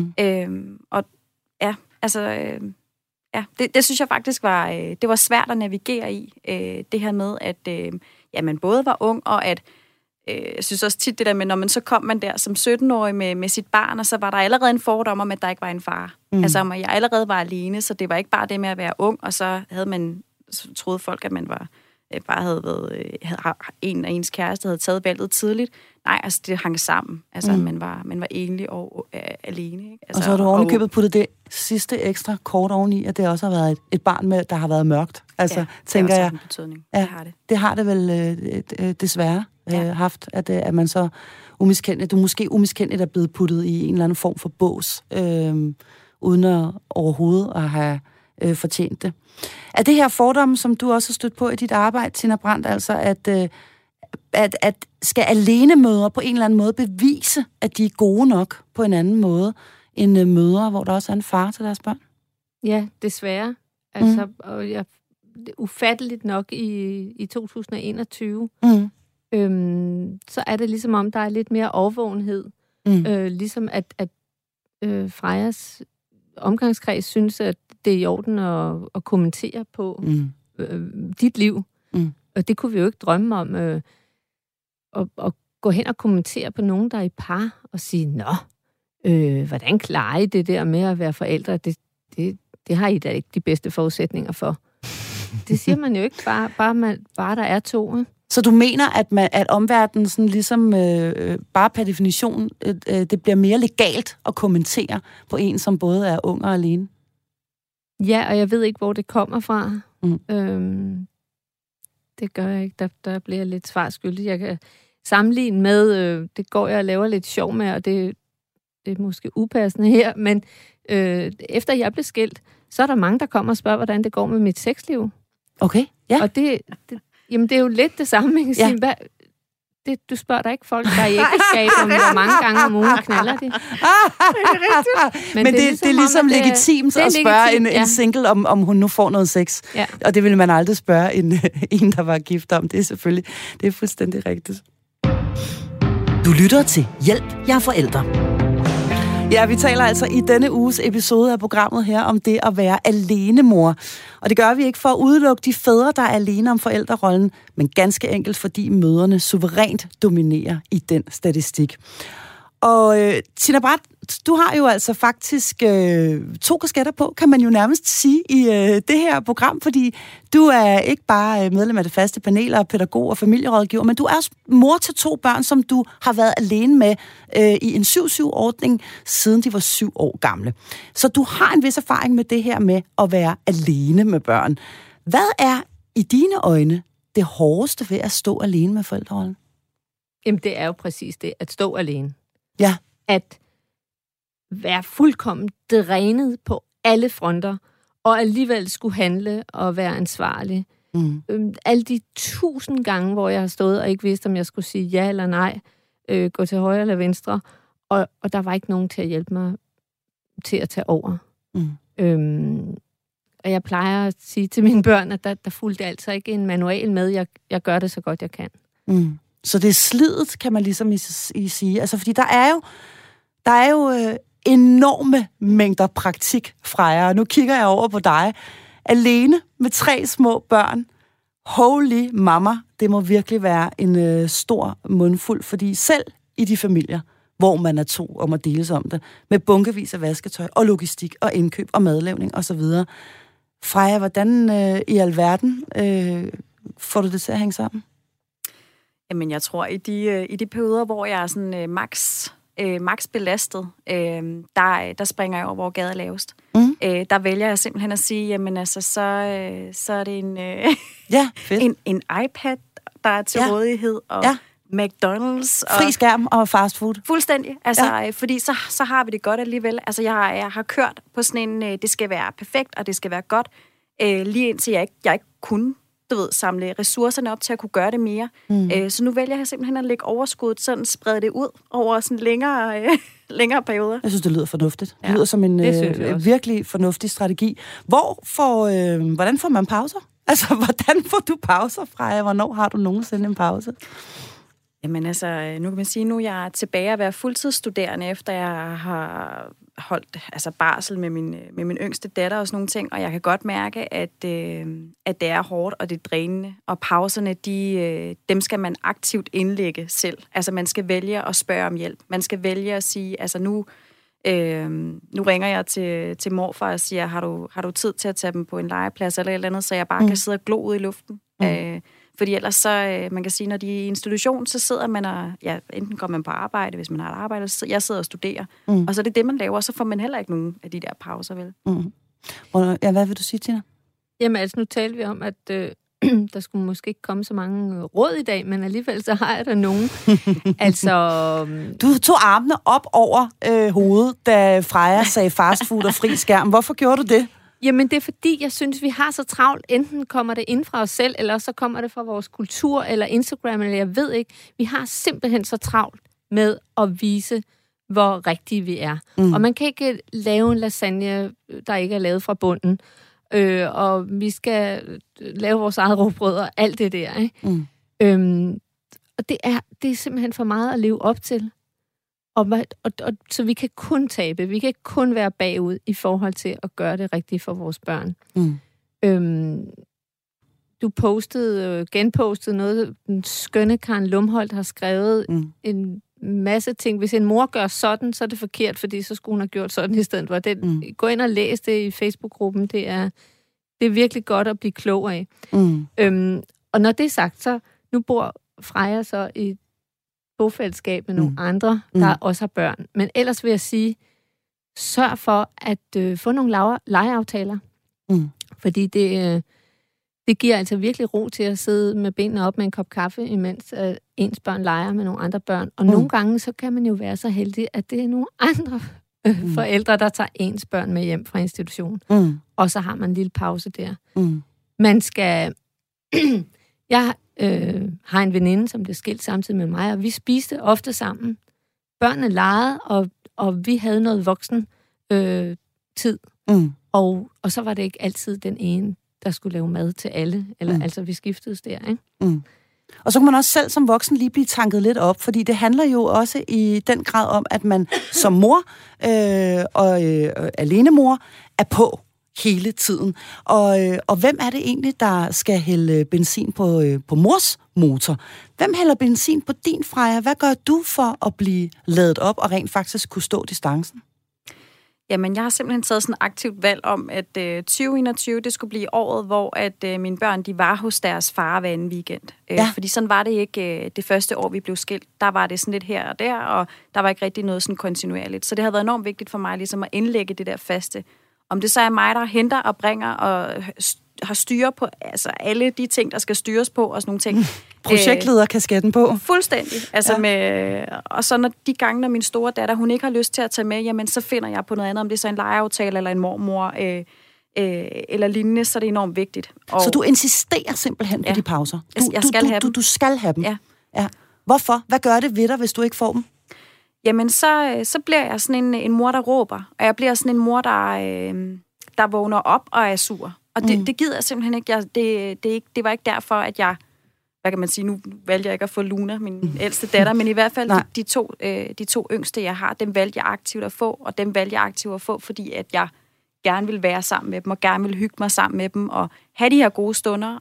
Og ja, altså... Ja, det synes jeg faktisk det var svært at navigere i, det her med, at man både var ung, og at jeg synes også tit det der med, når man så kom man der som 17-årig med sit barn, og så var der allerede en fordom om, at der ikke var en far. Altså om, at jeg allerede var alene, så det var ikke bare det med at være ung, og så troede folk, at man bare havde været en af ens kæreste, havde taget valget tidligt. Nej, altså det hang sammen. Altså man var enlig og alene. Ikke? Altså, og så har du ovenikøbet puttet det sidste ekstra kort oveni, at det også har været et barn med, der har været mørkt. Altså, tænker jeg. En betydning. Ja, det har det. Det har det vel desværre haft, at man så umiskendeligt, du måske umiskendeligt er blevet puttet i en eller anden form for bås, uden at overhovedet at have fortjent det. Er det her fordomme, som du også har stødt på i dit arbejde, Tina Brandt, altså at skal alenemødre på en eller anden måde bevise, at de er gode nok på en anden måde end mødre, hvor der også er en far til deres børn? Ja, desværre. Altså, og ufatteligt nok i 2021, så er det ligesom om, der er lidt mere overvågenhed. Ligesom at Frejas omgangskreds synes, at det er i orden at kommentere på dit liv. Og det kunne vi jo ikke drømme om at gå hen og kommentere på nogen, der er i par, og sige, hvordan klarer I det der med at være forældre? Det har I da ikke de bedste forudsætninger for. Det siger man jo ikke, bare der er to. Så du mener, at omverdenen sådan ligesom bare per definition, det bliver mere legalt at kommentere på en, som både er ung og alene? Ja, og jeg ved ikke, hvor det kommer fra. Det gør jeg ikke. Der bliver jeg lidt svarskyldig. Jeg kan sammenligne med, det går jeg og laver lidt sjov med, og det er måske upassende her, men efter jeg blev skilt, så er der mange, der kommer og spørger, hvordan det går med mit sexliv. Okay, ja. Og det er jo lidt det samme, man kan sige. du spørger da ikke folk, der er i ægteskab, om hvor mange gange om ugen knaller de. Men det er ligesom legitimt at spørge en single, om hun nu får noget sex. Ja. Og det ville man aldrig spørge en, der var gift om. Det er selvfølgelig, det er fuldstændig rigtigt. Du lytter til Hjælp, jeg er forældre. Ja, vi taler altså i denne uges episode af programmet her om det at være alenemor. Og det gør vi ikke for at udelukke de fædre, der er alene om forældrerollen, men ganske enkelt fordi mødrene suverænt dominerer i den statistik. Og Tina Bratt, du har jo altså faktisk 2 kasketter på, kan man jo nærmest sige, i det her program, fordi du er ikke bare medlem af det faste panel og pædagog og familierådgiver, men du er også mor til 2 børn, som du har været alene med i en 7-7-ordning, siden de var 7 år gamle. Så du har en vis erfaring med det her med at være alene med børn. Hvad er i dine øjne det hårdeste ved at stå alene med forældrerollen? Jamen, det er jo præcis det, at stå alene. Ja. At være fuldkommen drænet på alle fronter, og alligevel skulle handle og være ansvarlig. Alle de 1000 gange, hvor jeg har stået og ikke vidste, om jeg skulle sige ja eller nej, gå til højre eller venstre, og der var ikke nogen til at hjælpe mig til at tage over. Og jeg plejer at sige til mine børn, at der fulgte altså ikke en manual med. Jeg gør det så godt, jeg kan. Så det er slidet, kan man ligesom sige. Altså, fordi der er jo enorme mængder praktik fra jer. Og nu kigger jeg over på dig. Alene med 3 små børn. Holy mama, det må virkelig være en stor mundfuld. Fordi selv i de familier, hvor man er 2 om at deles om det, med bunkevis af vasketøj og logistik og indkøb og madlavning osv. Freja, hvordan i alverden får du det til at hænge sammen? Jamen, jeg tror, i de perioder, hvor jeg er sådan max belastet, der springer jeg over, hvor gaden er lavest. Der vælger jeg simpelthen at sige, jamen altså, så er det en iPad, der er til rådighed, og McDonald's. Og fri skærm og fast food. Fuldstændig. Altså, fordi så har vi det godt alligevel. Altså, jeg har kørt på sådan en, det skal være perfekt, og det skal være godt, lige indtil jeg ikke kunne samle ressourcerne op til at kunne gøre det mere. Så nu vælger jeg simpelthen at lægge overskuddet, sådan sprede det ud over sådan længere perioder. Jeg synes, det lyder fornuftigt. Det lyder som en virkelig fornuftig strategi. Hvordan får man pauser? Altså, hvordan får du pauser fra? Hvornår har du nogensinde en pause? Jamen altså, nu kan man sige, nu jeg er tilbage at være fuldtidsstuderende, efter jeg har holdt barsel med min yngste datter og sådan nogle ting, og jeg kan godt mærke, at det er hårdt, og det er drænende, og pauserne, dem skal man aktivt indlægge selv. Altså, man skal vælge at spørge om hjælp. Man skal vælge at sige, altså nu ringer jeg til morfar og siger, har du tid til at tage dem på en legeplads eller et eller andet, så jeg bare kan sidde og glo ud i luften. Fordi ellers så, man kan sige, når de er i institution, så sidder man og, enten går man på arbejde, hvis man har et arbejde, så jeg sidder og studerer. Og så er det man laver, og så får man heller ikke nogen af de der pauser, vel? Hvad vil du sige, Tina? Jamen altså, nu talte vi om, at der skulle måske ikke komme så mange råd i dag, men alligevel så har jeg der nogen. Altså... Du tog armene op over hovedet, da Freja sagde fastfood og fri skærm. Hvorfor gjorde du det? Jamen, det er fordi, jeg synes, vi har så travlt. Enten kommer det ind fra os selv, eller så kommer det fra vores kultur, eller Instagram, eller jeg ved ikke. Vi har simpelthen så travlt med at vise, hvor rigtige vi er. Og man kan ikke lave en lasagne, der ikke er lavet fra bunden. Og vi skal lave vores eget råbrød og alt det der. Ikke? Og det er simpelthen for meget at leve op til. Og så vi kan kun tabe. Vi kan ikke kun være bagud i forhold til at gøre det rigtigt for vores børn. Du genpostede noget, den skønne Karen Lumholdt har skrevet en masse ting. Hvis en mor gør sådan, så er det forkert, fordi så skulle hun have gjort sådan i stedet for. Gå ind og læs det i Facebook-gruppen. Det er virkelig godt at blive klog af. Og når det er sagt, så nu bor Freja så i bofællesskab med nogle andre, der også har børn. Men ellers vil jeg sige, sørg for at få nogle legeaftaler. Fordi det giver altså virkelig ro til at sidde med benene op med en kop kaffe, imens ens børn leger med nogle andre børn. Og nogle gange, så kan man jo være så heldig, at det er nogle andre forældre, der tager ens børn med hjem fra institutionen. Og så har man en lille pause der. Man skal... Jeg har en veninde, som blev skilt samtidig med mig, og vi spiste ofte sammen. Børnene legede, og vi havde noget voksen tid. Og så var det ikke altid den ene, der skulle lave mad til alle. Eller altså, vi skiftedes der, ikke? Og så kan man også selv som voksen lige blive tanket lidt op, fordi det handler jo også i den grad om, at man som mor og alenemor er på hele tiden. Og hvem er det egentlig, der skal hælde benzin på mors motor? Hvem hælder benzin på din, Freja? Hvad gør du for at blive ladet op og rent faktisk kunne stå distancen? Jamen, jeg har simpelthen taget sådan et aktivt valg om, at 2021, det skulle blive året, hvor at mine børn, de var hos deres far hver anden weekend. Fordi sådan var det ikke det første år, vi blev skilt. Der var det sådan lidt her og der, og der var ikke rigtig noget sådan kontinuerligt. Så det har været enormt vigtigt for mig ligesom at indlægge det der faste. Om det så er mig, der henter og bringer og har styre på altså alle de ting, der skal styres på og sådan nogle ting. Projektlederkasketten på. Fuldstændig. Altså og så når de gange, når min store datter, hun ikke har lyst til at tage med, jamen så finder jeg på noget andet, om det er så en legeaftale eller en mormor eller lignende, så er det enormt vigtigt. Og så du insisterer simpelthen på de pauser? Jeg skal have dem. Du skal have dem? Ja. Hvorfor? Hvad gør det ved dig, hvis du ikke får dem? Jamen, så bliver jeg sådan en mor, der råber. Og jeg bliver sådan en mor, der vågner op og er sur. Og det gider jeg simpelthen ikke. Det var ikke derfor, at jeg... Hvad kan man sige? Nu valgte jeg ikke at få Luna, min ældste datter, men i hvert fald de to yngste, jeg har, dem valgte jeg aktivt at få, og dem valgte jeg aktivt at få, fordi at jeg gerne vil være sammen med dem, og gerne vil hygge mig sammen med dem, og have de her gode stunder.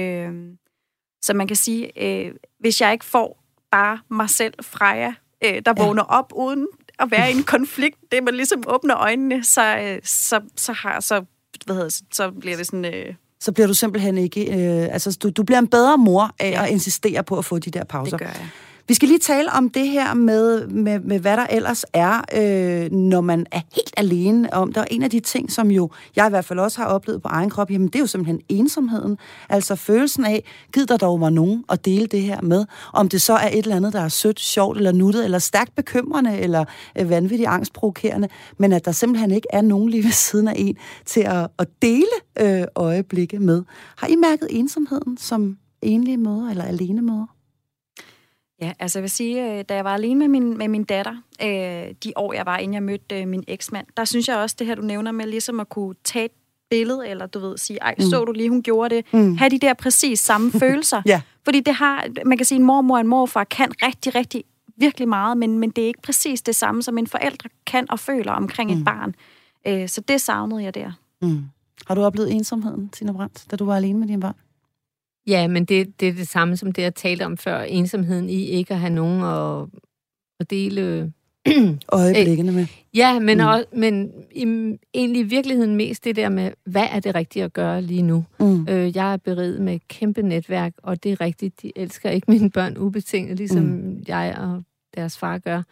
Så man kan sige, hvis jeg ikke får bare mig selv, Freja, der vågner op uden at være i en konflikt, det man ligesom åbner øjnene, så bliver det sådan... Så bliver du simpelthen ikke... du bliver en bedre mor af at insistere på at få de der pauser. Det gør jeg. Vi skal lige tale om det her med hvad der ellers er, når man er helt alene om det. Og en af de ting, som jo jeg i hvert fald også har oplevet på egen krop, jamen det er jo simpelthen ensomheden. Altså følelsen af, gid der dog var nogen at dele det her med. Om det så er et eller andet, der er sødt, sjovt eller nuttet, eller stærkt bekymrende, eller vanvittigt angstprovokerende, men at der simpelthen ikke er nogen lige ved siden af en til at dele øjeblikke med. Har I mærket ensomheden som enlige mødre eller alene mødre? Ja, altså jeg vil sige, da jeg var alene med min datter, de år jeg var, inden jeg mødte min eksmand, der synes jeg også, det her du nævner med ligesom at kunne tage et billede, eller du ved, sige, ej, så du lige, hun gjorde det. Have de der præcis samme følelser. Ja. Fordi det har, man kan sige, en mormor og en morfar kan rigtig, rigtig, virkelig meget, men det er ikke præcis det samme, som en forældre kan og føler omkring et barn. Så det savnede jeg der. Har du oplevet ensomheden, Tina Brandt, da du var alene med dine børn? Ja, men det er det samme som det, jeg talte om før. Ensomheden i ikke at have nogen at dele... øjeblikkene med. Ja, men egentlig i virkeligheden mest det der med, hvad er det rigtige at gøre lige nu? Jeg er beriget med et kæmpe netværk, og det er rigtigt, de elsker ikke mine børn ubetinget, ligesom jeg og deres far gør.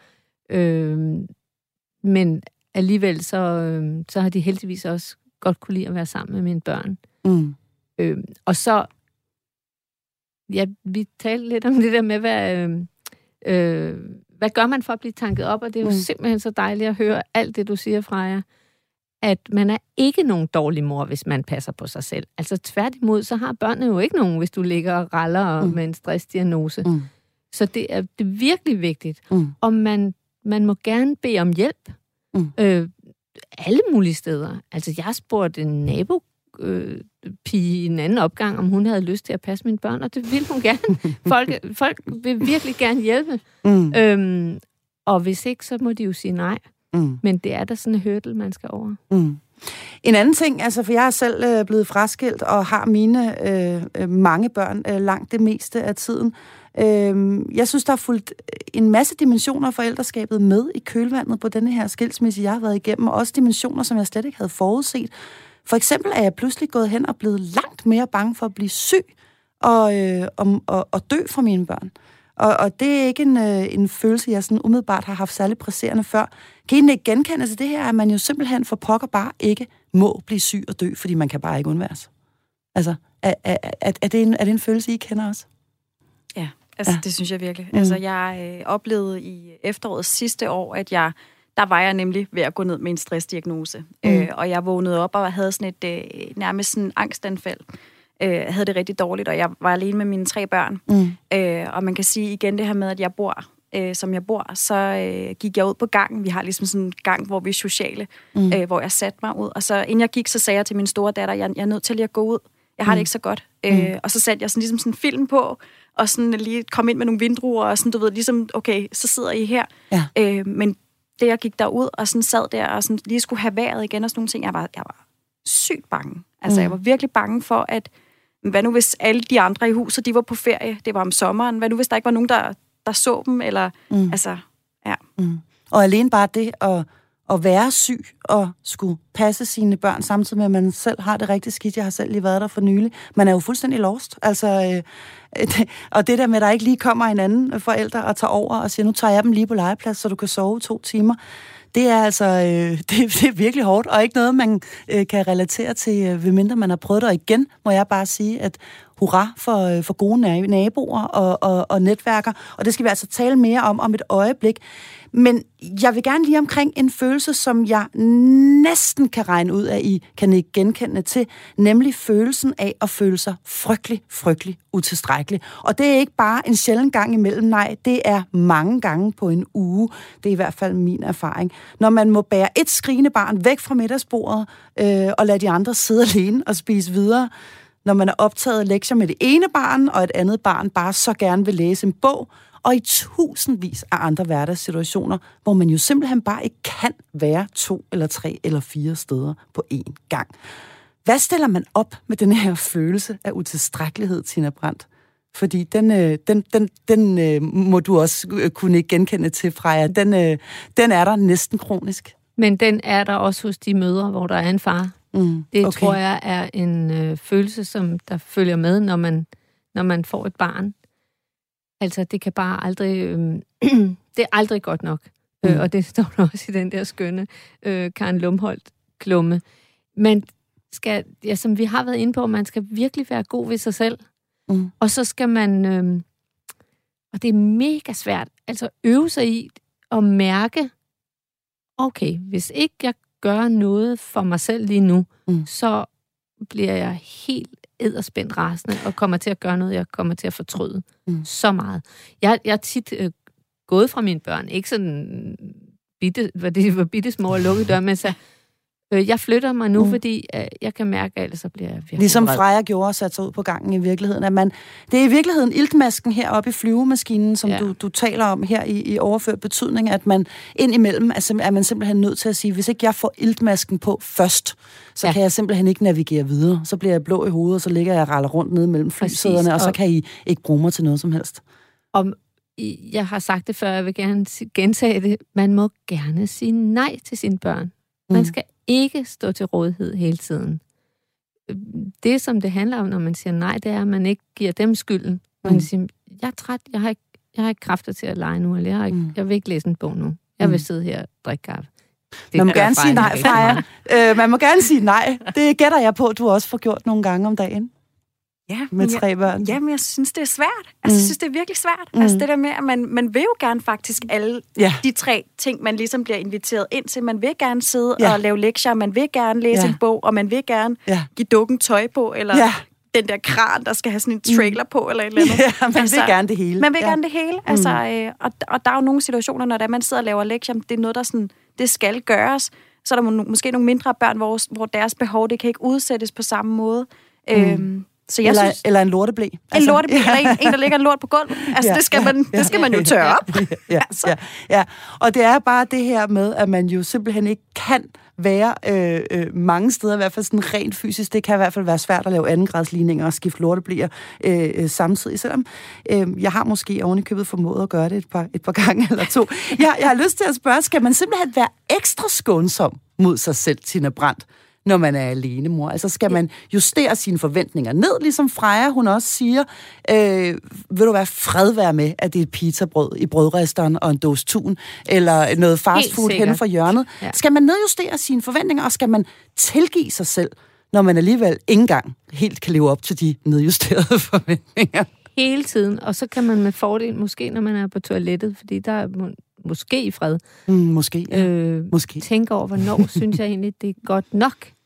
Men alligevel så har de heldigvis også godt kunne lide at være sammen med mine børn. Og så ja, vi talte lidt om det der med, hvad gør man for at blive tanket op, og det er jo simpelthen så dejligt at høre alt det, du siger, Freja, at man er ikke nogen dårlig mor, hvis man passer på sig selv. Altså tværtimod, så har børnene jo ikke nogen, hvis du ligger og raller med en stressdiagnose. Så det er virkelig vigtigt. Og man må gerne bede om hjælp. Alle mulige steder. Altså jeg spurgte en nabo pige i en anden opgang, om hun havde lyst til at passe mine børn, og det ville hun gerne. Folk vil virkelig gerne hjælpe. Og hvis ikke, så må de jo sige nej. Men det er da sådan en hurdle, man skal over. En anden ting, altså for jeg er selv blevet fraskilt og har mine mange børn langt det meste af tiden. Jeg synes, der er fulgt en masse dimensioner af forældreskabet med i kølvandet på denne her skilsmisse, jeg har været igennem, og også dimensioner, som jeg slet ikke havde forudset. For eksempel er jeg pludselig gået hen og blevet langt mere bange for at blive syg og dø for mine børn. Og det er ikke en følelse, jeg sådan umiddelbart har haft særlig presserende før. Kan I ikke genkende til det her, at man jo simpelthen for pokker bare ikke må blive syg og dø, fordi man kan bare ikke undværes? Altså, er det en følelse, I kender også? Ja, altså det synes jeg virkelig. Altså jeg oplevede i efteråret sidste år, at der var jeg nemlig ved at gå ned med en stressdiagnose. Og jeg vågnede op og havde sådan et nærmest sådan angstanfald. havde det rigtig dårligt, og jeg var alene med mine 3 børn. Og man kan sige igen det her med, at jeg bor, som jeg bor, så gik jeg ud på gangen. Vi har ligesom sådan en gang, hvor vi er sociale, hvor jeg satte mig ud. Og så inden jeg gik, så sagde jeg til min store datter, jeg er nødt til lige at gå ud. Jeg har det ikke så godt. Og så satte jeg sådan, ligesom sådan en film på, og sådan lige kom ind med nogle vindruer, og sådan, du ved, ligesom, okay, så sidder I her. Ja. Men det, jeg gik derud, og sådan sad der, og sådan lige skulle have vejret igen, og sådan nogle ting, jeg var sygt bange. Altså, jeg var virkelig bange for, at hvad nu hvis alle de andre i huset, de var på ferie, det var om sommeren, hvad nu hvis der ikke var nogen, der så dem, eller, altså, ja. Og alene bare det at være syg og skulle passe sine børn, samtidig med, at man selv har det rigtig skidt. Jeg har selv lige været der for nylig. Man er jo fuldstændig lost. Altså, og det der med, at der ikke lige kommer en anden forælder og tager over og siger, nu tager jeg dem lige på legeplads, så du kan sove 2 timer. Det er altså det er virkelig hårdt, og ikke noget, man kan relatere til, medmindre man har prøvet det. Og igen må jeg bare sige, at hurra for gode naboer og netværker, og det skal vi altså tale mere om et øjeblik. Men jeg vil gerne lige omkring en følelse, som jeg næsten kan regne ud af, I kan ikke genkende til, nemlig følelsen af at føle sig frygtelig utilstrækkelig. Og det er ikke bare en sjælden gang imellem, nej, det er mange gange på en uge. Det er i hvert fald min erfaring. Når man må bære et skrigende barn væk fra middagsbordet og lade de andre sidde alene og spise videre, når man er optaget lektier med det ene barn, og et andet barn bare så gerne vil læse en bog, og i tusindvis af andre hverdagssituationer, hvor man jo simpelthen bare ikke kan være 2 eller 3 eller 4 steder på én gang. Hvad stiller man op med den her følelse af utilstrækkelighed, Tina Brandt? Fordi den må du også kunne ikke genkende til, Freja. Den er der næsten kronisk. Men den er der også hos de mødre, hvor der er en far. Det okay. Tror jeg er en følelse, som der følger med, når man får et barn. Altså, det kan bare aldrig... det er aldrig godt nok. Og det står der også i den der skønne Karen Lumholdt-klumme. Men som vi har været inde på, man skal virkelig være god ved sig selv. Og så skal man... og det er mega svært. Altså, øve sig i at mærke, okay, hvis ikke jeg gør noget for mig selv lige nu, så bliver jeg helt edderspændt rasende og kommer til at gøre noget, jeg kommer til at fortryde så meget. Jeg er tit gået fra mine børn, ikke sådan bitte små og lukkede dør, men så jeg flytter mig nu, fordi jeg kan mærke, at ellers så bliver jeg virkelig ligesom Freja gjorde og satte sig ud på gangen i virkeligheden. Det er i virkeligheden iltmasken heroppe i flyvemaskinen, som du taler om her i overført betydning, at man indimellem er man simpelthen nødt til at sige, hvis ikke jeg får iltmasken på først, så kan jeg simpelthen ikke navigere videre. Så bliver jeg blå i hovedet, og så ligger jeg og raller rundt nede mellem flysæderne, og så kan I ikke bruge mig til noget som helst. Jeg har sagt det før, jeg vil gerne gentage det. Man må gerne sige nej til sine børn. Man skal ikke stå til rådighed hele tiden. Det, som det handler om, når man siger nej, det er, at man ikke giver dem skylden. Man siger, jeg er træt, jeg har ikke kræfter til at lege nu, eller jeg vil ikke læse en bog nu. Jeg vil sidde her og drikke kaffe. Man må gerne sige nej, Freja. Man må gerne sige nej. Det gætter jeg på, at du også får gjort nogle gange om dagen. Ja, med 3 børn. Jamen, jeg synes, det er svært. Altså, jeg synes, det er virkelig svært. Altså, det der med, at man vil jo gerne faktisk alle de 3 ting, man ligesom bliver inviteret ind til. Man vil gerne sidde og lave lektier, man vil gerne læse en bog, og man vil gerne give dukken tøj på, eller den der kran, der skal have sådan en trailer på, eller et eller andet. Ja, man vil gerne det hele. Man vil gerne det hele. Altså, og der er jo nogle situationer, når man sidder og laver lektier, det er noget, der sådan, det skal gøres. Så er der måske nogle mindre børn, hvor deres behov, det kan ikke udsættes på samme måde. Så jeg synes, eller en lorteblæ. En lorteblæ, eller en, der ligger en lort på gulvet. Altså, det skal man jo tørre op. Ja. Og det er bare det her med, at man jo simpelthen ikke kan være mange steder, i hvert fald sådan rent fysisk. Det kan i hvert fald være svært at lave andengradsligninger og skifte lorteblæer samtidig, selvom jeg har måske ovenikøbet formået at gøre det et par gange eller 2. Jeg har lyst til at spørge, skal man simpelthen være ekstra skånsom mod sig selv, Tina Brandt, når man er alene, mor? Altså, skal man justere sine forventninger ned, ligesom Freja, hun også siger, vil du være fred være med, at det er et pizzabrød i brødresteren og en dåse tun, eller noget fastfood hen fra hjørnet? Ja. Skal man nedjustere sine forventninger, og skal man tilgive sig selv, når man alligevel ikke engang helt kan leve op til de nedjusterede forventninger? Hele tiden, og så kan man med fordel, måske når man er på toilettet, fordi der er måske i fred. Måske. Tænke over, hvornår synes jeg egentlig, det er godt nok,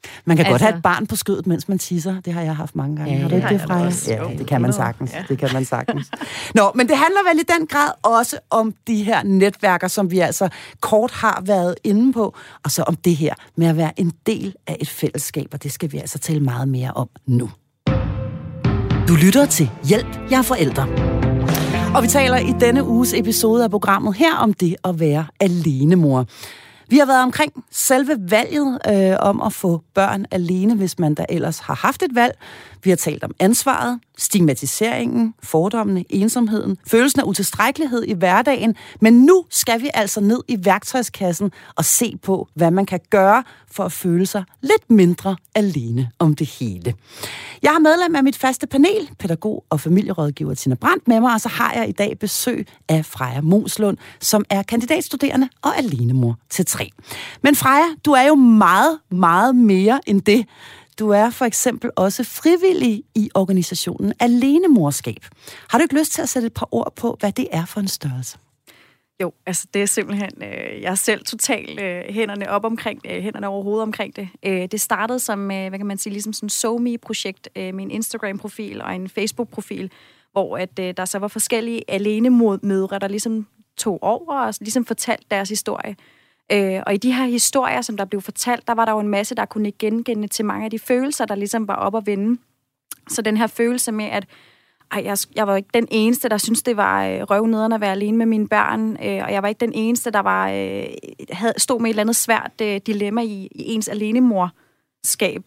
Man kan godt have et barn på skødet, mens man tisser. Det har jeg haft mange gange. Har du ikke det, Freja? Ja, det kan man sagtens. Det kan man sagtens. Nå, men det handler vel i den grad også om de her netværker, som vi altså kort har været inde på, og så om det her med at være en del af et fællesskab, og det skal vi altså tale meget mere om nu. Du lytter til Hjælp, jeg er forældre. Og vi taler i denne uges episode af programmet her om det at være alenemor. Vi har været omkring selve valget om at få børn alene, hvis man da ellers har haft et valg. Vi har talt om ansvaret, stigmatiseringen, fordommene, ensomheden, følelsen af utilstrækkelighed i hverdagen. Men nu skal vi altså ned i værktøjskassen og se på, hvad man kan gøre for at føle sig lidt mindre alene om det hele. Jeg har medlem af mit faste panel, pædagog og familierådgiver Tina Brandt med mig, og så har jeg i dag besøg af Freja Moslund, som er kandidatstuderende og alenemor til 3. Men Freja, du er jo meget, meget mere end det. Du er for eksempel også frivillig i organisationen Alenemorskab. Har du ikke lyst til at sætte et par ord på, hvad det er for en størrelse? Jo, altså det er simpelthen, jeg er selv totalt hænderne over hovedet omkring det. Det startede som, hvad kan man sige, ligesom sådan en SoMe-projekt med en Instagram-profil og en Facebook-profil, hvor at, der så var forskellige alenemødre, der ligesom tog over og ligesom fortalte deres historie. Og i de her historier, som der blev fortalt, der var der jo en masse, der kunne genkende til mange af de følelser, der ligesom var op at vende. Så den her følelse med, at jeg var ikke den eneste, der syntes, det var røvnederen at være alene med mine børn, og jeg var ikke den eneste, der stod med et eller andet svært dilemma i ens alenemorskab.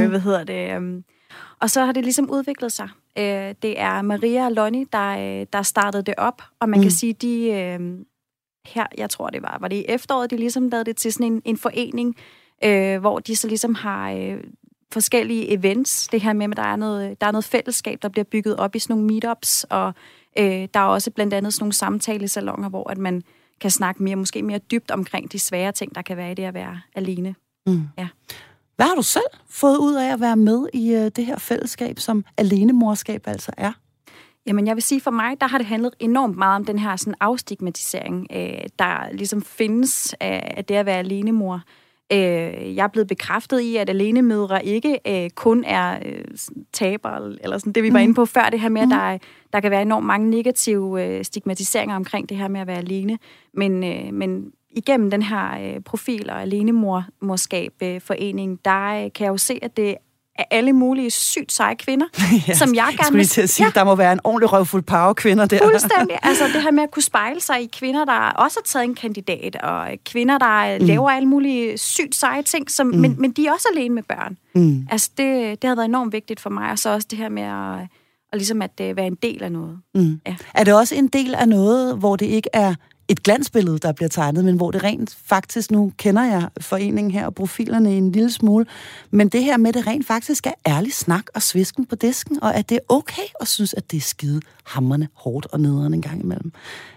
Og så har det ligesom udviklet sig. Det er Maria og Lonnie, der startede det op, og man kan sige, de... her, jeg tror det var det i efteråret, de ligesom lavede det til sådan en forening, hvor de så ligesom har forskellige events. Det her med, at der er noget fællesskab, der bliver bygget op i sådan nogle meetups, og der er også blandt andet sådan nogle samtalesalonger, hvor at man kan snakke måske mere dybt omkring de svære ting, der kan være i det at være alene. Ja. Hvad har du selv fået ud af at være med i det her fællesskab, som alenemorskab altså er? Jamen, jeg vil sige, for mig, der har det handlet enormt meget om den her sådan afstigmatisering, der ligesom findes af det at være alenemor. Jeg er blevet bekræftet i, at alenemødre ikke kun er tabere, eller sådan det, vi var inde på før, det her med, at der kan være enormt mange negative stigmatiseringer omkring det her med at være alene. Men igennem den her profil og alenemorskab-forening, der kan jeg jo se, at det af alle mulige sygt seje kvinder, som jeg gerne vil... til at sige, der må være en ordentlig røvfuld power-kvinder der. Fuldstændig. Altså det her med at kunne spejle sig i kvinder, der også har taget en kandidat, og kvinder, der laver alle mulige sygt seje ting, men de er også alene med børn. Altså det har været enormt vigtigt for mig, og så også det her med at ligesom at være en del af noget. Ja. Er det også en del af noget, hvor det ikke er et glansbillede, der bliver tegnet, men hvor det rent faktisk, nu kender jeg foreningen her og profilerne en lille smule, men det her med, det rent faktisk er ærlig snak og svisken på disken, og at det er okay at synes, at det er skide hamrende hårdt og nederen en gang imellem.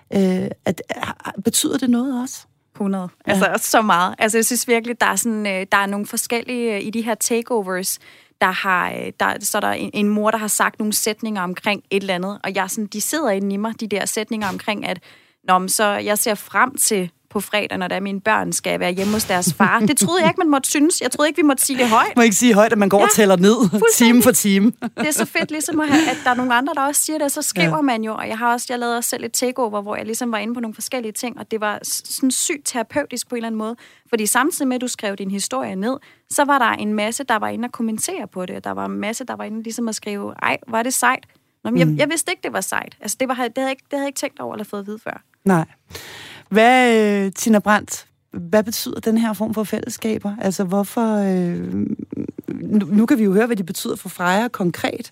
Betyder det noget også? 100. Altså også så meget. Altså jeg synes virkelig, der er nogle forskellige i de her takeovers, så er der en mor, der har sagt nogle sætninger omkring et eller andet, og de sidder inde i mig, de der sætninger omkring, at så jeg ser frem til på fredag, når mine børn skal være hjemme hos deres far. Det troede jeg ikke, man måtte synes. Jeg troede ikke, vi måtte sige det højt. Man må ikke sige højt, at man går og tæller ned time for time. Det er så fedt ligesom, at der er nogle andre, der også siger det, så skriver man jo. Og jeg lavede også selv et takeover, hvor jeg ligesom var inde på nogle forskellige ting, og det var sådan sygt terapeutisk på en eller anden måde. Fordi samtidig med, at du skrev din historie ned, så var der en masse, der var inde og kommentere på det. Der var en masse, der var inde ligesom at skrive, var det sejt? Jeg vidste ikke, det var sejt. Altså, det havde jeg ikke tænkt over eller fået at vide før. Nej. Tina Brandt, hvad betyder den her form for fællesskaber? Altså, hvorfor... Nu kan vi jo høre, hvad de betyder for Freja konkret,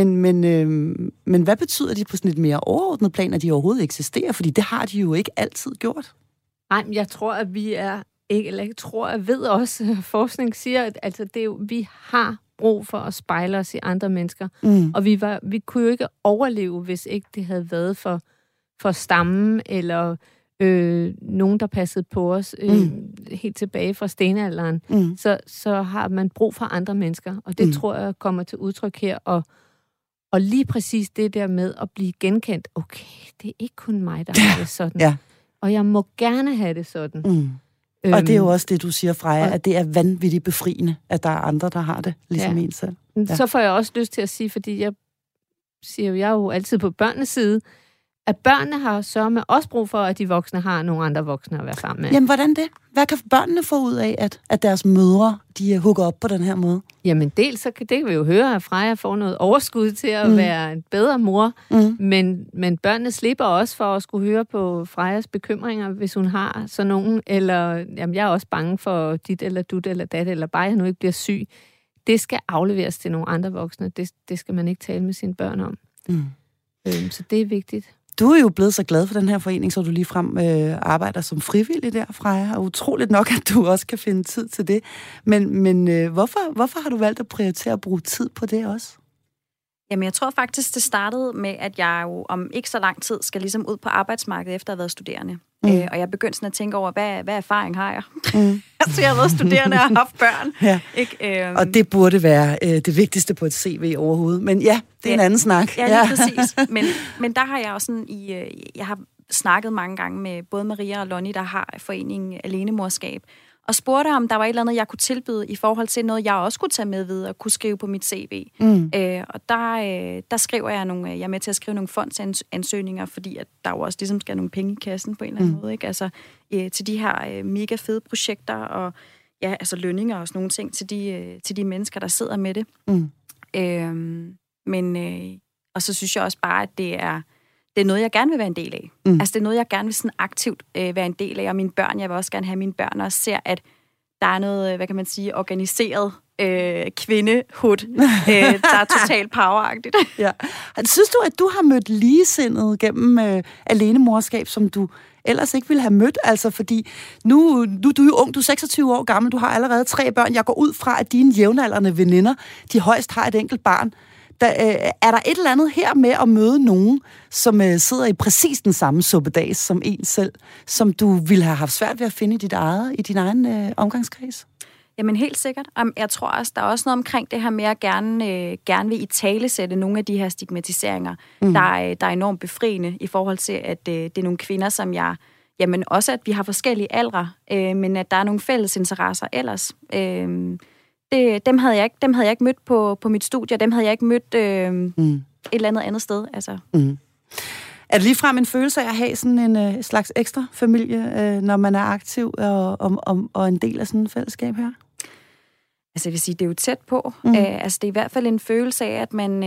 men hvad betyder de på sådan et mere overordnet plan, at de overhovedet eksisterer? Fordi det har de jo ikke altid gjort. Nej, jeg tror, at vi er... jeg ved også, forskning siger, at altså, det er jo, vi har brug for at spejle os i andre mennesker. Og vi kunne jo ikke overleve, hvis ikke det havde været for stammen, eller nogen, der passede på os helt tilbage fra stenalderen. Så har man brug for andre mennesker, og det tror jeg kommer til udtryk her. Og lige præcis det der med at blive genkendt. Okay, det er ikke kun mig, der har det sådan. Og jeg må gerne have det sådan. Og det er jo også det, du siger, Freja, at det er vanvittigt befriende, at der er andre, der har det, ligesom en selv. Ja. Så får jeg også lyst til at sige, fordi jeg er jo altid på børnenes side, at børnene har sørme også brug for, at de voksne har nogle andre voksne at være sammen med. Jamen, hvordan det? Hvad kan børnene få ud af, at deres mødre, de hugger op på den her måde? Jamen, dels så det kan vi jo høre, at Freja får noget overskud til at være en bedre mor, men børnene slipper også for at skulle høre på Frejas bekymringer, hvis hun har sådan nogen, eller jamen, jeg er også bange for dit eller dut eller dat, eller bare jeg nu ikke bliver syg. Det skal afleveres til nogle andre voksne. Det skal man ikke tale med sine børn om. Så det er vigtigt. Du er jo blevet så glad for den her forening, så du ligefrem arbejder som frivillig der, Freja, og utroligt nok, at du også kan finde tid til det. Men hvorfor har du valgt at prioritere at bruge tid på det også? Jamen, jeg tror faktisk, det startede med, at jeg jo om ikke så lang tid skal ligesom ud på arbejdsmarkedet, efter at have været studerende. Og jeg begyndte sådan at tænke over, hvad erfaring har jeg? Altså, jeg har været studerende og har haft børn. Ja. Ikke? Og det burde være det vigtigste på et CV overhovedet. Men ja, det er en anden snak. Ja, lige præcis. Men der har jeg også sådan jeg har snakket mange gange med både Maria og Lonnie, der har foreningen Alenemorskab, og spurgte om der var et eller andet, jeg kunne tilbyde i forhold til noget, jeg også kunne tage med videre og kunne skrive på mit CV. Og der skriver jeg er med til at skrive nogle fondsansøgninger, fordi at der jo også ligesom skal nogle penge i kassen på en eller anden måde, ikke? Altså til de her mega fede projekter og ja, altså lønninger og sådan nogle ting til de mennesker, der sidder med det. Og så synes jeg også bare, at det er noget, jeg gerne vil være en del af. Altså, det er noget, jeg gerne vil sådan aktivt være en del af, og mine børn, jeg vil også gerne have, at mine børn også ser, at der er noget, hvad kan man sige, organiseret kvindehud, der er totalt poweragtigt. Ja. Synes du, at du har mødt ligesindede gennem alenemorskab, som du ellers ikke ville have mødt? Altså, fordi nu du er jo ung, du er 26 år gammel, du har allerede 3 børn. Jeg går ud fra, at dine jævnaldrende veninder, de højst har et enkelt barn. Er der et eller andet her med at møde nogen, som sidder i præcis den samme suppedags som en selv, som du ville have haft svært ved at finde i din egen omgangskreds? Jamen helt sikkert. Jeg tror også, der er også noget omkring det her med at gerne vil italesætte nogle af de her stigmatiseringer, der er enormt befriende i forhold til, at det er nogle kvinder, som jamen også at vi har forskellige aldre, men at der er nogle fælles interesser ellers. Dem havde jeg ikke mødt på mit studie, dem havde jeg ikke mødt et eller andet sted. Altså. Er det ligefrem en følelse af at have sådan en slags ekstra familie, når man er aktiv og en del af sådan et fællesskab her? Altså jeg vil sige, det er jo tæt på. Altså det er i hvert fald en følelse af, at man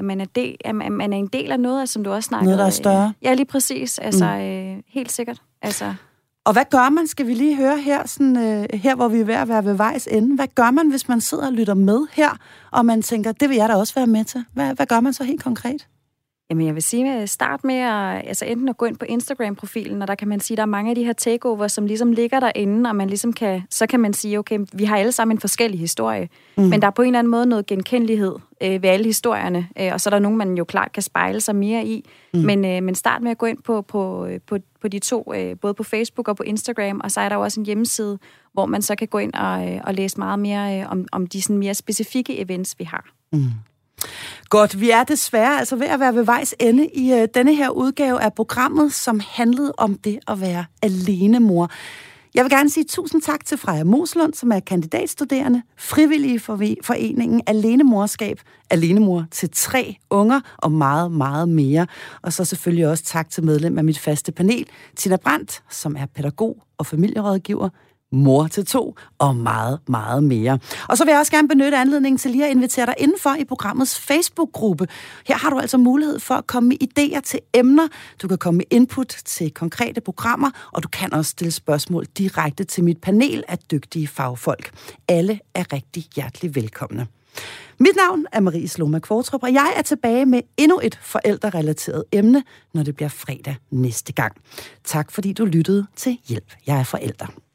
er en del af noget, som du også snakker om. Noget, der er større. Ja, lige præcis. Altså helt sikkert. Altså. Og hvad gør man, skal vi lige høre her, sådan, her hvor vi er ved at være ved vejs ende, hvad gør man, hvis man sidder og lytter med her, og man tænker, det vil jeg da også være med til? Hvad gør man så helt konkret? Jamen jeg vil sige, start med at enten at gå ind på Instagram-profilen, og der kan man sige, der er mange af de her takeover, som ligesom ligger derinde, og man ligesom så kan man sige, okay, vi har alle sammen en forskellig historie, men der er på en eller anden måde noget genkendelighed ved alle historierne, og så er der nogen, man jo klart kan spejle sig mere i, men start med at gå ind på de to, både på Facebook og på Instagram, og så er der jo også en hjemmeside, hvor man så kan gå ind og læse meget mere om de sådan mere specifikke events, vi har. Godt, vi er desværre altså ved at være ved vejs ende i denne her udgave af programmet, som handlede om det at være alenemor. Jeg vil gerne sige tusind tak til Freja Moslund, som er kandidatstuderende, frivillige foreningen Alenemorskab, alenemor til 3 unger og meget, meget mere. Og så selvfølgelig også tak til medlem af mit faste panel, Tina Brandt, som er pædagog og familierådgiver, mor til 2 og meget, meget mere. Og så vil jeg også gerne benytte anledningen til lige at invitere dig indenfor i programmets Facebook-gruppe. Her har du altså mulighed for at komme med idéer til emner. Du kan komme med input til konkrete programmer, og du kan også stille spørgsmål direkte til mit panel af dygtige fagfolk. Alle er rigtig hjertelig velkomne. Mit navn er Marie Sloma Kvartrup, og jeg er tilbage med endnu et forældrerelateret emne, når det bliver fredag næste gang. Tak fordi du lyttede til Hjælp, jeg er forælder.